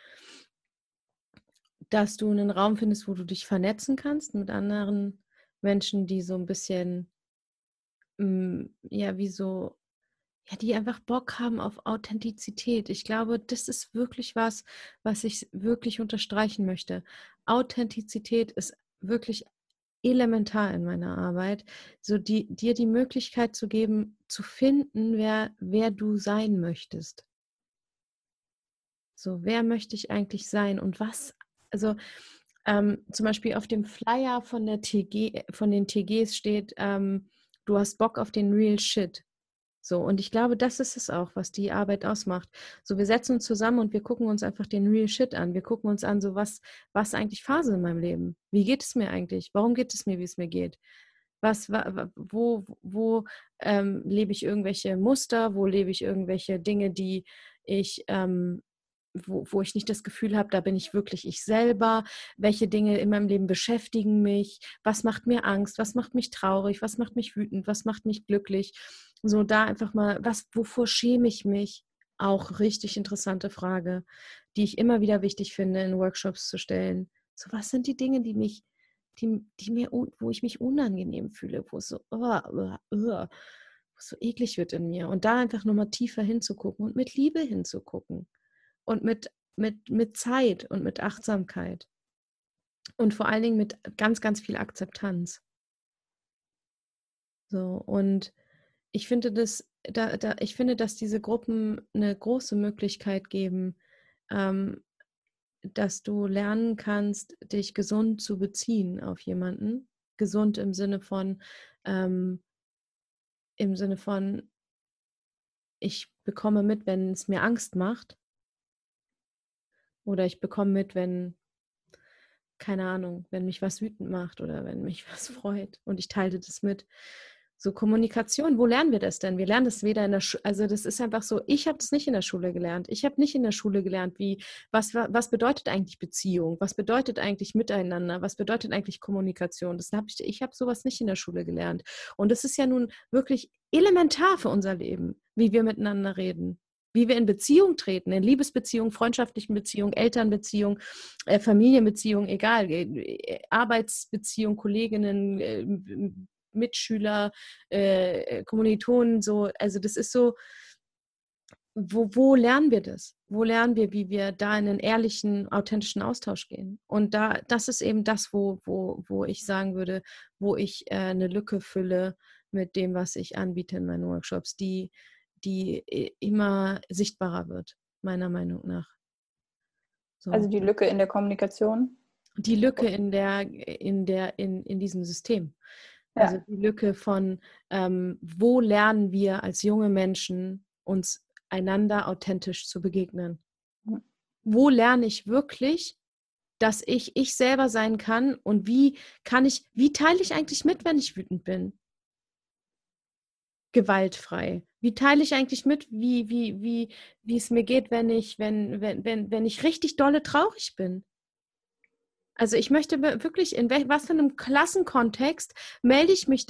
dass du einen Raum findest, wo du dich vernetzen kannst mit anderen Menschen, die so ein bisschen, ja, wie so, ja, die einfach Bock haben auf Authentizität. Ich glaube, das ist wirklich was ich wirklich unterstreichen möchte. Authentizität ist wirklich elementar in meiner Arbeit, so dir die Möglichkeit zu geben, zu finden, wer du sein möchtest. So, wer möchte ich eigentlich sein und was, also zum Beispiel auf dem Flyer von den TGs steht, du hast Bock auf den Real Shit. So, und ich glaube, das ist es auch, was die Arbeit ausmacht. So, wir setzen uns zusammen und wir gucken uns einfach den Real Shit an. Wir gucken uns an, so was eigentlich Phase in meinem Leben? Wie geht es mir eigentlich? Warum geht es mir, wie es mir geht? Wo lebe ich irgendwelche Muster? Wo lebe ich irgendwelche Dinge, die ich wo ich nicht das Gefühl habe, da bin ich wirklich ich selber, welche Dinge in meinem Leben beschäftigen mich, was macht mir Angst, was macht mich traurig, was macht mich wütend, was macht mich glücklich. So da einfach mal, wovor schäme ich mich? Auch richtig interessante Frage, die ich immer wieder wichtig finde, in Workshops zu stellen. So, was sind die Dinge, wo ich mich unangenehm fühle, wo es so, wo es so eklig wird in mir. Und da einfach nochmal tiefer hinzugucken und mit Liebe hinzugucken. Und mit Zeit und mit Achtsamkeit. Und vor allen Dingen mit ganz, ganz viel Akzeptanz. So, und ich finde, ich finde, dass diese Gruppen eine große Möglichkeit geben, dass du lernen kannst, dich gesund zu beziehen auf jemanden. Gesund im Sinne von, ich bekomme mit, wenn es mir Angst macht. Oder ich bekomme mit, wenn, keine Ahnung, wenn mich was wütend macht oder wenn mich was freut und ich teile das mit. So Kommunikation, wo lernen wir das denn? Wir lernen das weder in der Schule, also das ist einfach so, ich habe das nicht in der Schule gelernt. Ich habe nicht in der Schule gelernt, was bedeutet eigentlich Beziehung? Was bedeutet eigentlich Miteinander? Was bedeutet eigentlich Kommunikation? Ich habe sowas nicht in der Schule gelernt. Und das ist ja nun wirklich elementar für unser Leben, wie wir miteinander reden. Wie wir in Beziehung treten, in Liebesbeziehung, freundschaftlichen Beziehung, Elternbeziehung, Familienbeziehung, egal, Arbeitsbeziehung, Kolleginnen, Mitschüler, Kommilitonen, so, also das ist so, wo lernen wir das? Wo lernen wir, wie wir da in einen ehrlichen, authentischen Austausch gehen? Und das ist eben das, wo ich sagen würde, wo ich eine Lücke fülle mit dem, was ich anbiete in meinen Workshops, die immer sichtbarer wird, meiner Meinung nach. So. Also die Lücke in der Kommunikation? Die Lücke in diesem System. Also die Lücke von, wo lernen wir als junge Menschen, uns einander authentisch zu begegnen? Wo lerne ich wirklich, dass ich selber sein kann und wie teile ich eigentlich mit, wenn ich wütend bin? Gewaltfrei. Wie teile ich eigentlich mit, wie es mir geht, wenn ich richtig dolle traurig bin? Also ich möchte wirklich, was für einem Klassenkontext melde ich mich,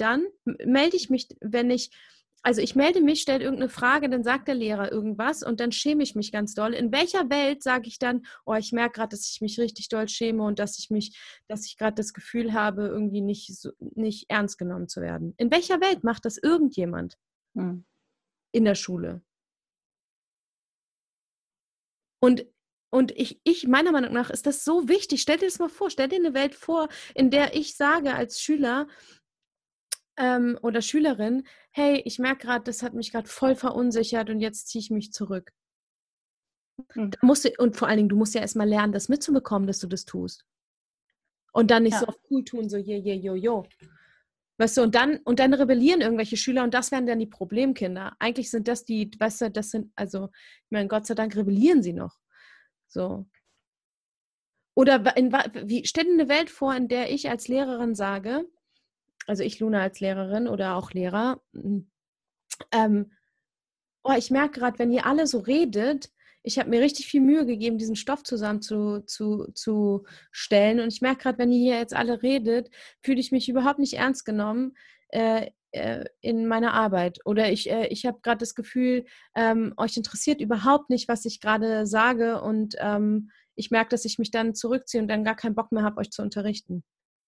also ich melde mich, stelle irgendeine Frage, dann sagt der Lehrer irgendwas und dann schäme ich mich ganz doll. In welcher Welt sage ich dann, oh, ich merke gerade, dass ich mich richtig doll schäme und dass ich gerade das Gefühl habe, irgendwie nicht ernst genommen zu werden? In welcher Welt macht das irgendjemand in der Schule? Und meiner Meinung nach ist das so wichtig. Stell dir das mal vor, stell dir eine Welt vor, in der ich sage als Schüler oder Schülerin, hey, ich merke gerade, das hat mich gerade voll verunsichert und jetzt ziehe ich mich zurück. Und vor allen Dingen, du musst ja erstmal lernen, das mitzubekommen, dass du das tust. Und dann nicht so auf cool tun, so yo. Weißt du, und dann rebellieren irgendwelche Schüler und das wären dann die Problemkinder. Eigentlich sind das die, weißt du, das sind, also, ich meine, Gott sei Dank rebellieren sie noch. So. Oder stell dir eine Welt vor, in der ich als Lehrerin sage, also ich Luna als Lehrerin oder auch Lehrer, ähm, oh, ich merke gerade, wenn ihr alle so redet, ich habe mir richtig viel Mühe gegeben, diesen Stoff zusammen zu stellen. Und ich merke gerade, wenn ihr hier jetzt alle redet, fühle ich mich überhaupt nicht ernst genommen in meiner Arbeit. Oder ich habe gerade das Gefühl, euch interessiert überhaupt nicht, was ich gerade sage. Und ich merke, dass ich mich dann zurückziehe und dann gar keinen Bock mehr habe, euch zu unterrichten.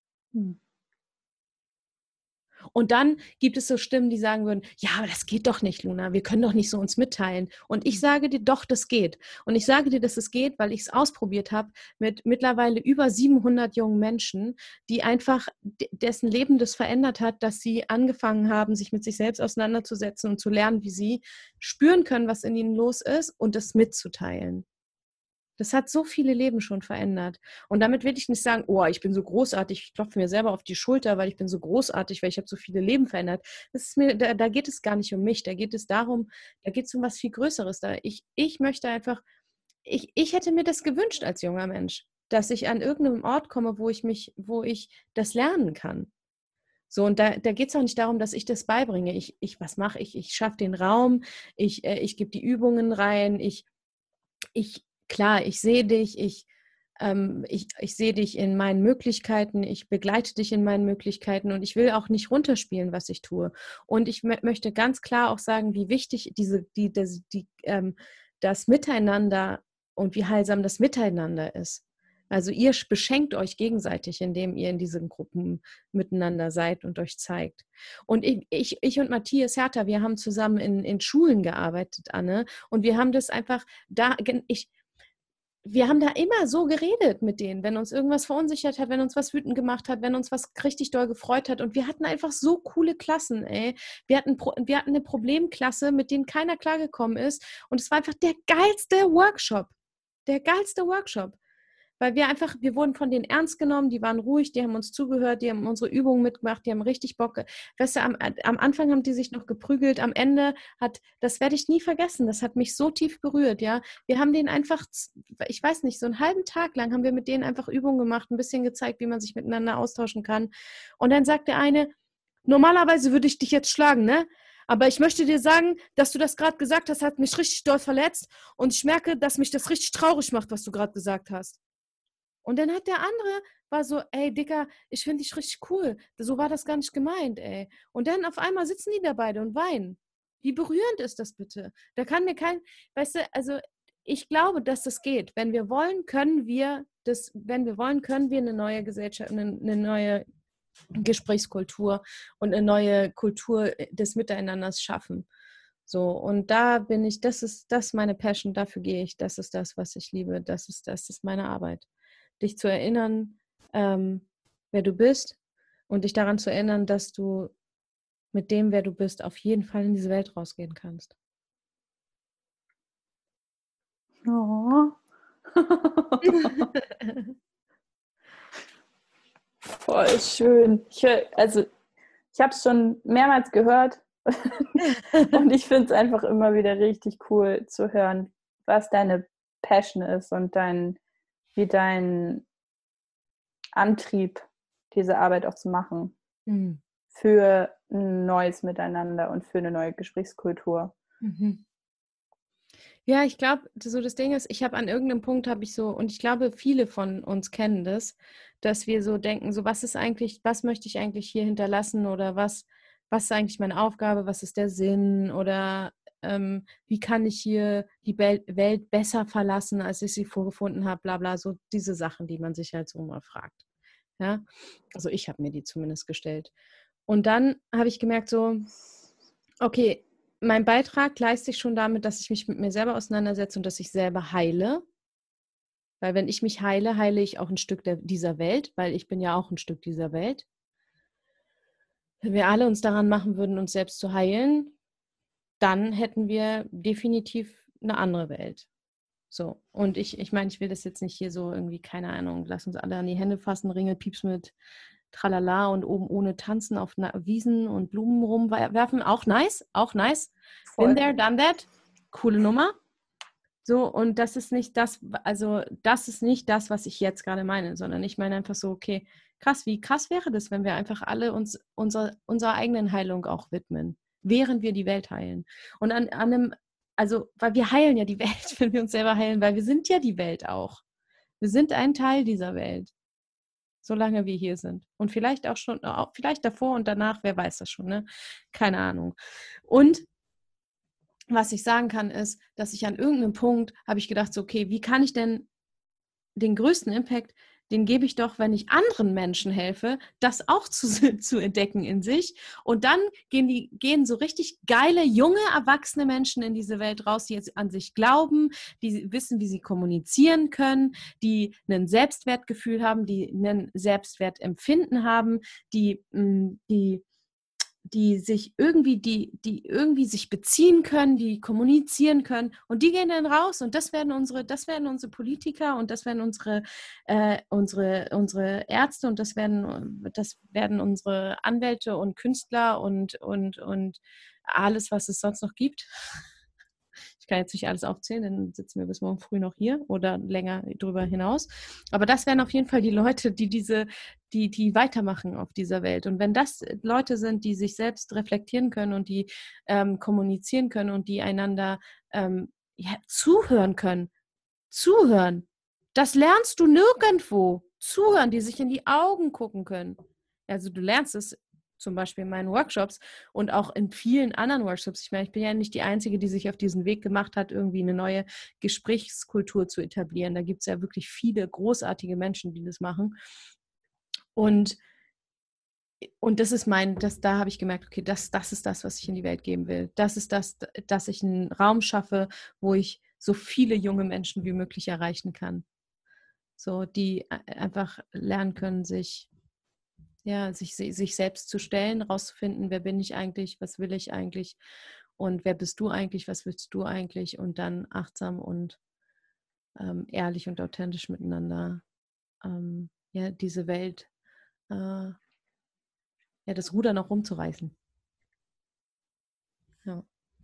Und dann gibt es so Stimmen, die sagen würden, ja, aber das geht doch nicht, Luna, wir können doch nicht so uns mitteilen. Und ich sage dir, doch, das geht. Und ich sage dir, dass es geht, weil ich es ausprobiert habe mit mittlerweile über 700 jungen Menschen, die einfach, dessen Leben das verändert hat, dass sie angefangen haben, sich mit sich selbst auseinanderzusetzen und zu lernen, wie sie spüren können, was in ihnen los ist und das mitzuteilen. Das hat so viele Leben schon verändert. Und damit will ich nicht sagen, oh, ich bin so großartig, ich klopfe mir selber auf die Schulter, weil ich bin so großartig, weil ich habe so viele Leben verändert. Da geht es gar nicht um mich, da geht es darum, da geht es um was viel Größeres. Ich möchte einfach, ich hätte mir das gewünscht als junger Mensch, dass ich an irgendeinem Ort komme, wo ich das lernen kann. So, und da geht es auch nicht darum, dass ich das beibringe. Was mache ich? Ich schaffe den Raum, ich gebe die Übungen rein, klar, ich sehe dich, ich sehe dich in meinen Möglichkeiten, ich begleite dich in meinen Möglichkeiten und ich will auch nicht runterspielen, was ich tue. Und ich möchte ganz klar auch sagen, wie wichtig das Miteinander und wie heilsam das Miteinander ist. Also ihr beschenkt euch gegenseitig, indem ihr in diesen Gruppen miteinander seid und euch zeigt. Und ich und Matthias Hertha, wir haben zusammen in Schulen gearbeitet, Anne, und wir haben das einfach wir haben da immer so geredet mit denen, wenn uns irgendwas verunsichert hat, wenn uns was wütend gemacht hat, wenn uns was richtig doll gefreut hat. Und wir hatten einfach so coole Klassen, ey. Wir hatten eine Problemklasse, mit denen keiner klargekommen ist. Und es war einfach der geilste Workshop. Der geilste Workshop. Weil wir wurden von denen ernst genommen, die waren ruhig, die haben uns zugehört, die haben unsere Übungen mitgemacht, die haben richtig Bock. Weißt du, am Anfang haben die sich noch geprügelt, am Ende das werde ich nie vergessen, das hat mich so tief berührt, ja. Wir haben denen einfach, ich weiß nicht, so einen halben Tag lang haben wir mit denen einfach Übungen gemacht, ein bisschen gezeigt, wie man sich miteinander austauschen kann. Und dann sagt der eine, normalerweise würde ich dich jetzt schlagen, ne? Aber ich möchte dir sagen, dass du das gerade gesagt hast, hat mich richtig doll verletzt und ich merke, dass mich das richtig traurig macht, was du gerade gesagt hast. Und dann hat der andere, war so, ey, Dicker, ich finde dich richtig cool. So war das gar nicht gemeint, ey. Und dann auf einmal sitzen die da beide und weinen. Wie berührend ist das bitte? Da kann mir weißt du, also ich glaube, dass das geht. Wenn wir wollen, können wir eine neue Gesellschaft, eine neue Gesprächskultur und eine neue Kultur des Miteinanders schaffen. So, und da bin ich, das ist meine Passion, dafür gehe ich, das ist das, was ich liebe, das ist meine Arbeit. Dich zu erinnern, wer du bist und dich daran zu erinnern, dass du mit dem, wer du bist, auf jeden Fall in diese Welt rausgehen kannst. Oh. Voll schön. Ich habe es schon mehrmals gehört und ich finde es einfach immer wieder richtig cool zu hören, was deine Passion ist und wie dein Antrieb, diese Arbeit auch zu machen für ein neues Miteinander und für eine neue Gesprächskultur. Mhm. Ja, ich glaube, so das Ding ist, ich habe an irgendeinem Punkt und ich glaube, viele von uns kennen das, dass wir so denken, so was möchte ich eigentlich hier hinterlassen oder was ist eigentlich meine Aufgabe, was ist der Sinn oder wie kann ich hier die Welt besser verlassen, als ich sie vorgefunden habe, bla bla, so diese Sachen, die man sich halt so mal fragt. Ja, also ich habe mir die zumindest gestellt. Und dann habe ich gemerkt so, okay, mein Beitrag leiste ich schon damit, dass ich mich mit mir selber auseinandersetze und dass ich selber heile. Weil wenn ich mich heile, heile ich auch ein Stück dieser Welt, weil ich bin ja auch ein Stück dieser Welt. Wenn wir alle uns daran machen würden, uns selbst zu heilen, dann hätten wir definitiv eine andere Welt. So, und ich meine, ich will das jetzt nicht hier so irgendwie, keine Ahnung, lass uns alle an die Hände fassen, Ringelpieps mit Tralala und oben ohne tanzen auf Wiesen und Blumen rumwerfen. Auch nice, auch nice. Voll. Been there, done that. Coole Nummer. So, und das ist nicht das, also das ist nicht das, was ich jetzt gerade meine, sondern ich meine einfach so, okay, krass, wie krass wäre das, wenn wir einfach alle uns unserer eigenen Heilung auch widmen, während wir die Welt heilen. Und an einem, also, weil wir heilen ja die Welt, wenn wir uns selber heilen, weil wir sind ja die Welt auch. Wir sind ein Teil dieser Welt, solange wir hier sind. Und vielleicht auch schon, vielleicht davor und danach, wer weiß das schon, ne? Keine Ahnung. Und was ich sagen kann, ist, dass ich an irgendeinem Punkt habe ich gedacht, so, okay, wie kann ich denn den größten Impact, den gebe ich doch, wenn ich anderen Menschen helfe, das auch zu entdecken in sich. Und dann gehen so richtig geile, junge, erwachsene Menschen in diese Welt raus, die jetzt an sich glauben, die wissen, wie sie kommunizieren können, die ein Selbstwertgefühl haben, die ein Selbstwertempfinden haben, die sich irgendwie sich beziehen können, die kommunizieren können, und die gehen dann raus, und das werden unsere Politiker, und das werden unsere Ärzte, und das werden unsere Anwälte und Künstler und alles, was es sonst noch gibt. Ich kann jetzt nicht alles aufzählen, dann sitzen wir bis morgen früh noch hier oder länger drüber hinaus. Aber das wären auf jeden Fall die Leute, die weitermachen auf dieser Welt. Und wenn das Leute sind, die sich selbst reflektieren können und die kommunizieren können und die einander zuhören können. Zuhören. Das lernst du nirgendwo. Zuhören, die sich in die Augen gucken können. Also du lernst es zum Beispiel in meinen Workshops und auch in vielen anderen Workshops. Ich meine, ich bin ja nicht die Einzige, die sich auf diesen Weg gemacht hat, irgendwie eine neue Gesprächskultur zu etablieren. Da gibt es ja wirklich viele großartige Menschen, die das machen. Und das ist da habe ich gemerkt, okay, das ist das, was ich in die Welt geben will. Das ist das, dass ich einen Raum schaffe, wo ich so viele junge Menschen wie möglich erreichen kann. So, die einfach lernen können, sich selbst zu stellen, rauszufinden, wer bin ich eigentlich, was will ich eigentlich und wer bist du eigentlich, was willst du eigentlich, und dann achtsam und ehrlich und authentisch miteinander diese Welt, das Ruder noch rumzureißen. Ja.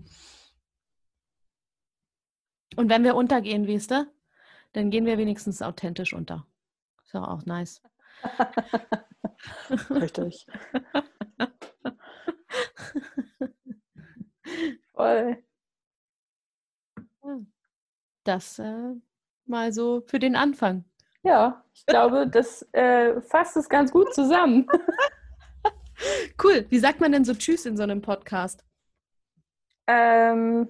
Und wenn wir untergehen, weißt du, dann gehen wir wenigstens authentisch unter. Ist ja auch nice. Richtig. Voll. Das mal so für den Anfang. Ja, ich glaube, das fasst es ganz gut zusammen. Cool. Wie sagt man denn so Tschüss in so einem Podcast? Keine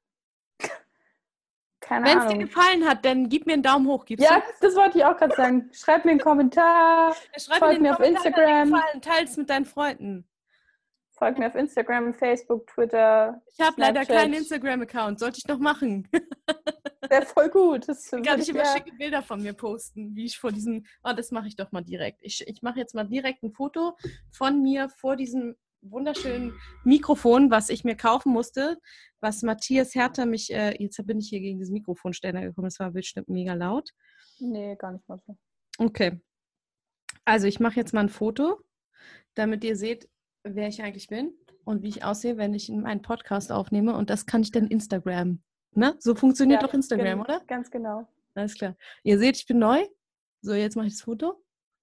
Wenn es Ahnung. dir gefallen hat, dann gib mir einen Daumen hoch. Ja, das wollte ich auch gerade sagen. Schreib mir einen Kommentar. Folg mir auf Instagram. Teil es mit deinen Freunden. Folg mir auf Instagram, Facebook, Twitter. Ich habe leider keinen Instagram-Account. Sollte ich noch machen. Wäre voll gut. Kann ich immer schicke Bilder von mir posten, wie ich vor diesem... Oh, das mache ich doch mal direkt. Ich mache jetzt mal direkt ein Foto von mir vor diesem wunderschönen Mikrofon, was ich mir kaufen musste, was Matthias Herter mich... jetzt bin ich hier gegen diesen Mikrofonständer gekommen. Das war bestimmt mega laut. Nee, gar nicht mal so. Okay. Also ich mache jetzt mal ein Foto, damit ihr seht, wer ich eigentlich bin und wie ich aussehe, wenn ich meinen Podcast aufnehme. Und das kann ich dann Instagram. Ne? So funktioniert doch Instagram, oder? Ganz genau. Alles klar. Ihr seht, ich bin neu. So, jetzt mache ich das Foto.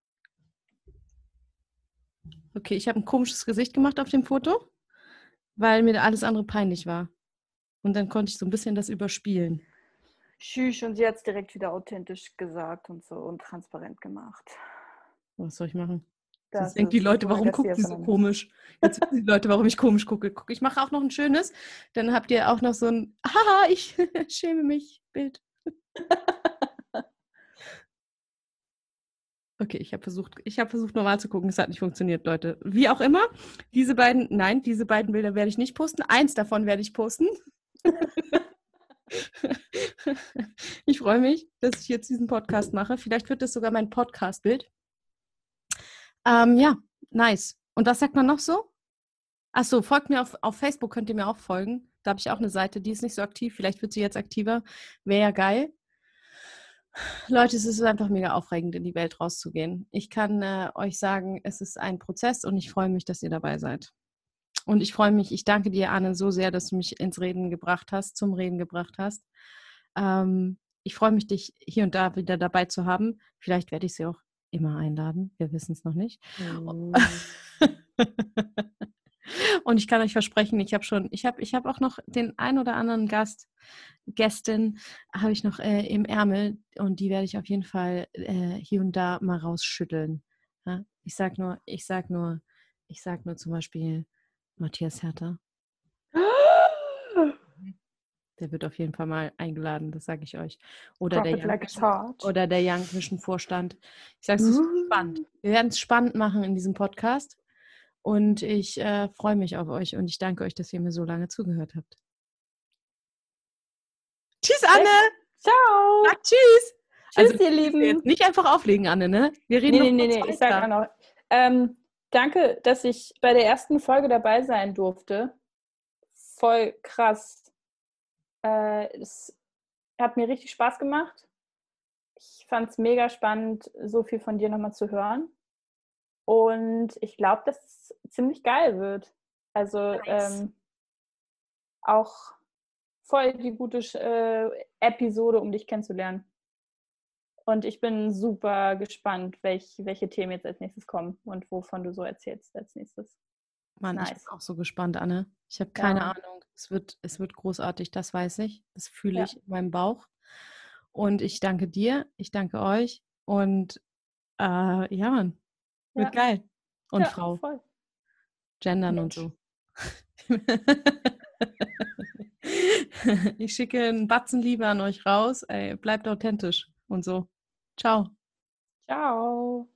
Okay, ich habe ein komisches Gesicht gemacht auf dem Foto, weil mir da alles andere peinlich war. Und dann konnte ich so ein bisschen das überspielen. Tschüss, und sie hat es direkt wieder authentisch gesagt und so und transparent gemacht. Was soll ich machen? Jetzt denken die Leute, warum guckt sie so komisch? Jetzt wissen die Leute, warum ich komisch gucke. Ich mache auch noch ein schönes. Dann habt ihr auch noch so ein Haha, ich schäme mich Bild. Okay, ich habe versucht normal zu gucken. Es hat nicht funktioniert, Leute. Wie auch immer, diese beiden Bilder werde ich nicht posten. Eins davon werde ich posten. Ich freue mich, dass ich jetzt diesen Podcast mache. Vielleicht wird das sogar mein Podcast-Bild. Ja, nice. Und was sagt man noch so? Achso, folgt mir auf Facebook, könnt ihr mir auch folgen. Da habe ich auch eine Seite, die ist nicht so aktiv. Vielleicht wird sie jetzt aktiver. Wäre ja geil. Leute, es ist einfach mega aufregend, in die Welt rauszugehen. Ich kann euch sagen, es ist ein Prozess und ich freue mich, dass ihr dabei seid. Und ich freue mich, ich danke dir, Anne, so sehr, dass du mich zum Reden gebracht hast. Ich freue mich, dich hier und da wieder dabei zu haben. Vielleicht werde ich sie auch immer einladen. Wir wissen es noch nicht. Und ich kann euch versprechen, ich habe auch noch den ein oder anderen Gästin habe ich noch im Ärmel und die werde ich auf jeden Fall hier und da mal rausschütteln. Ja? Ich sag nur zum Beispiel Matthias Herter. Der wird auf jeden Fall mal eingeladen, das sage ich euch. Oder der Young Vision Vorstand. Ich sage es ist spannend. Wir werden es spannend machen in diesem Podcast. Und ich freue mich auf euch und ich danke euch, dass ihr mir so lange zugehört habt. Tschüss, Anne! Ciao! Sag tschüss! Tschüss, ihr Lieben! Jetzt nicht einfach auflegen, Anne, ne? Wir reden Nee, ich sage auch noch. Danke, dass ich bei der ersten Folge dabei sein durfte. Voll krass. Es hat mir richtig Spaß gemacht. Ich fand es mega spannend, so viel von dir nochmal zu hören. Und ich glaube, dass es ziemlich geil wird. Also nice. Auch voll die gute Episode, um dich kennenzulernen. Und ich bin super gespannt, welche Themen jetzt als nächstes kommen und wovon du so erzählst als nächstes. Mann, nice. Ich bin auch so gespannt, Anne. Ich habe keine Ahnung. Es wird großartig, das weiß ich. Das fühle ich in meinem Bauch. Und ich danke dir, ich danke euch. Und ja, Mann. Wird geil. Und Frau. Voll. Gendern Mensch. Und so. Ich schicke einen Batzen Liebe an euch raus. Ey, bleibt authentisch und so. Ciao. Ciao.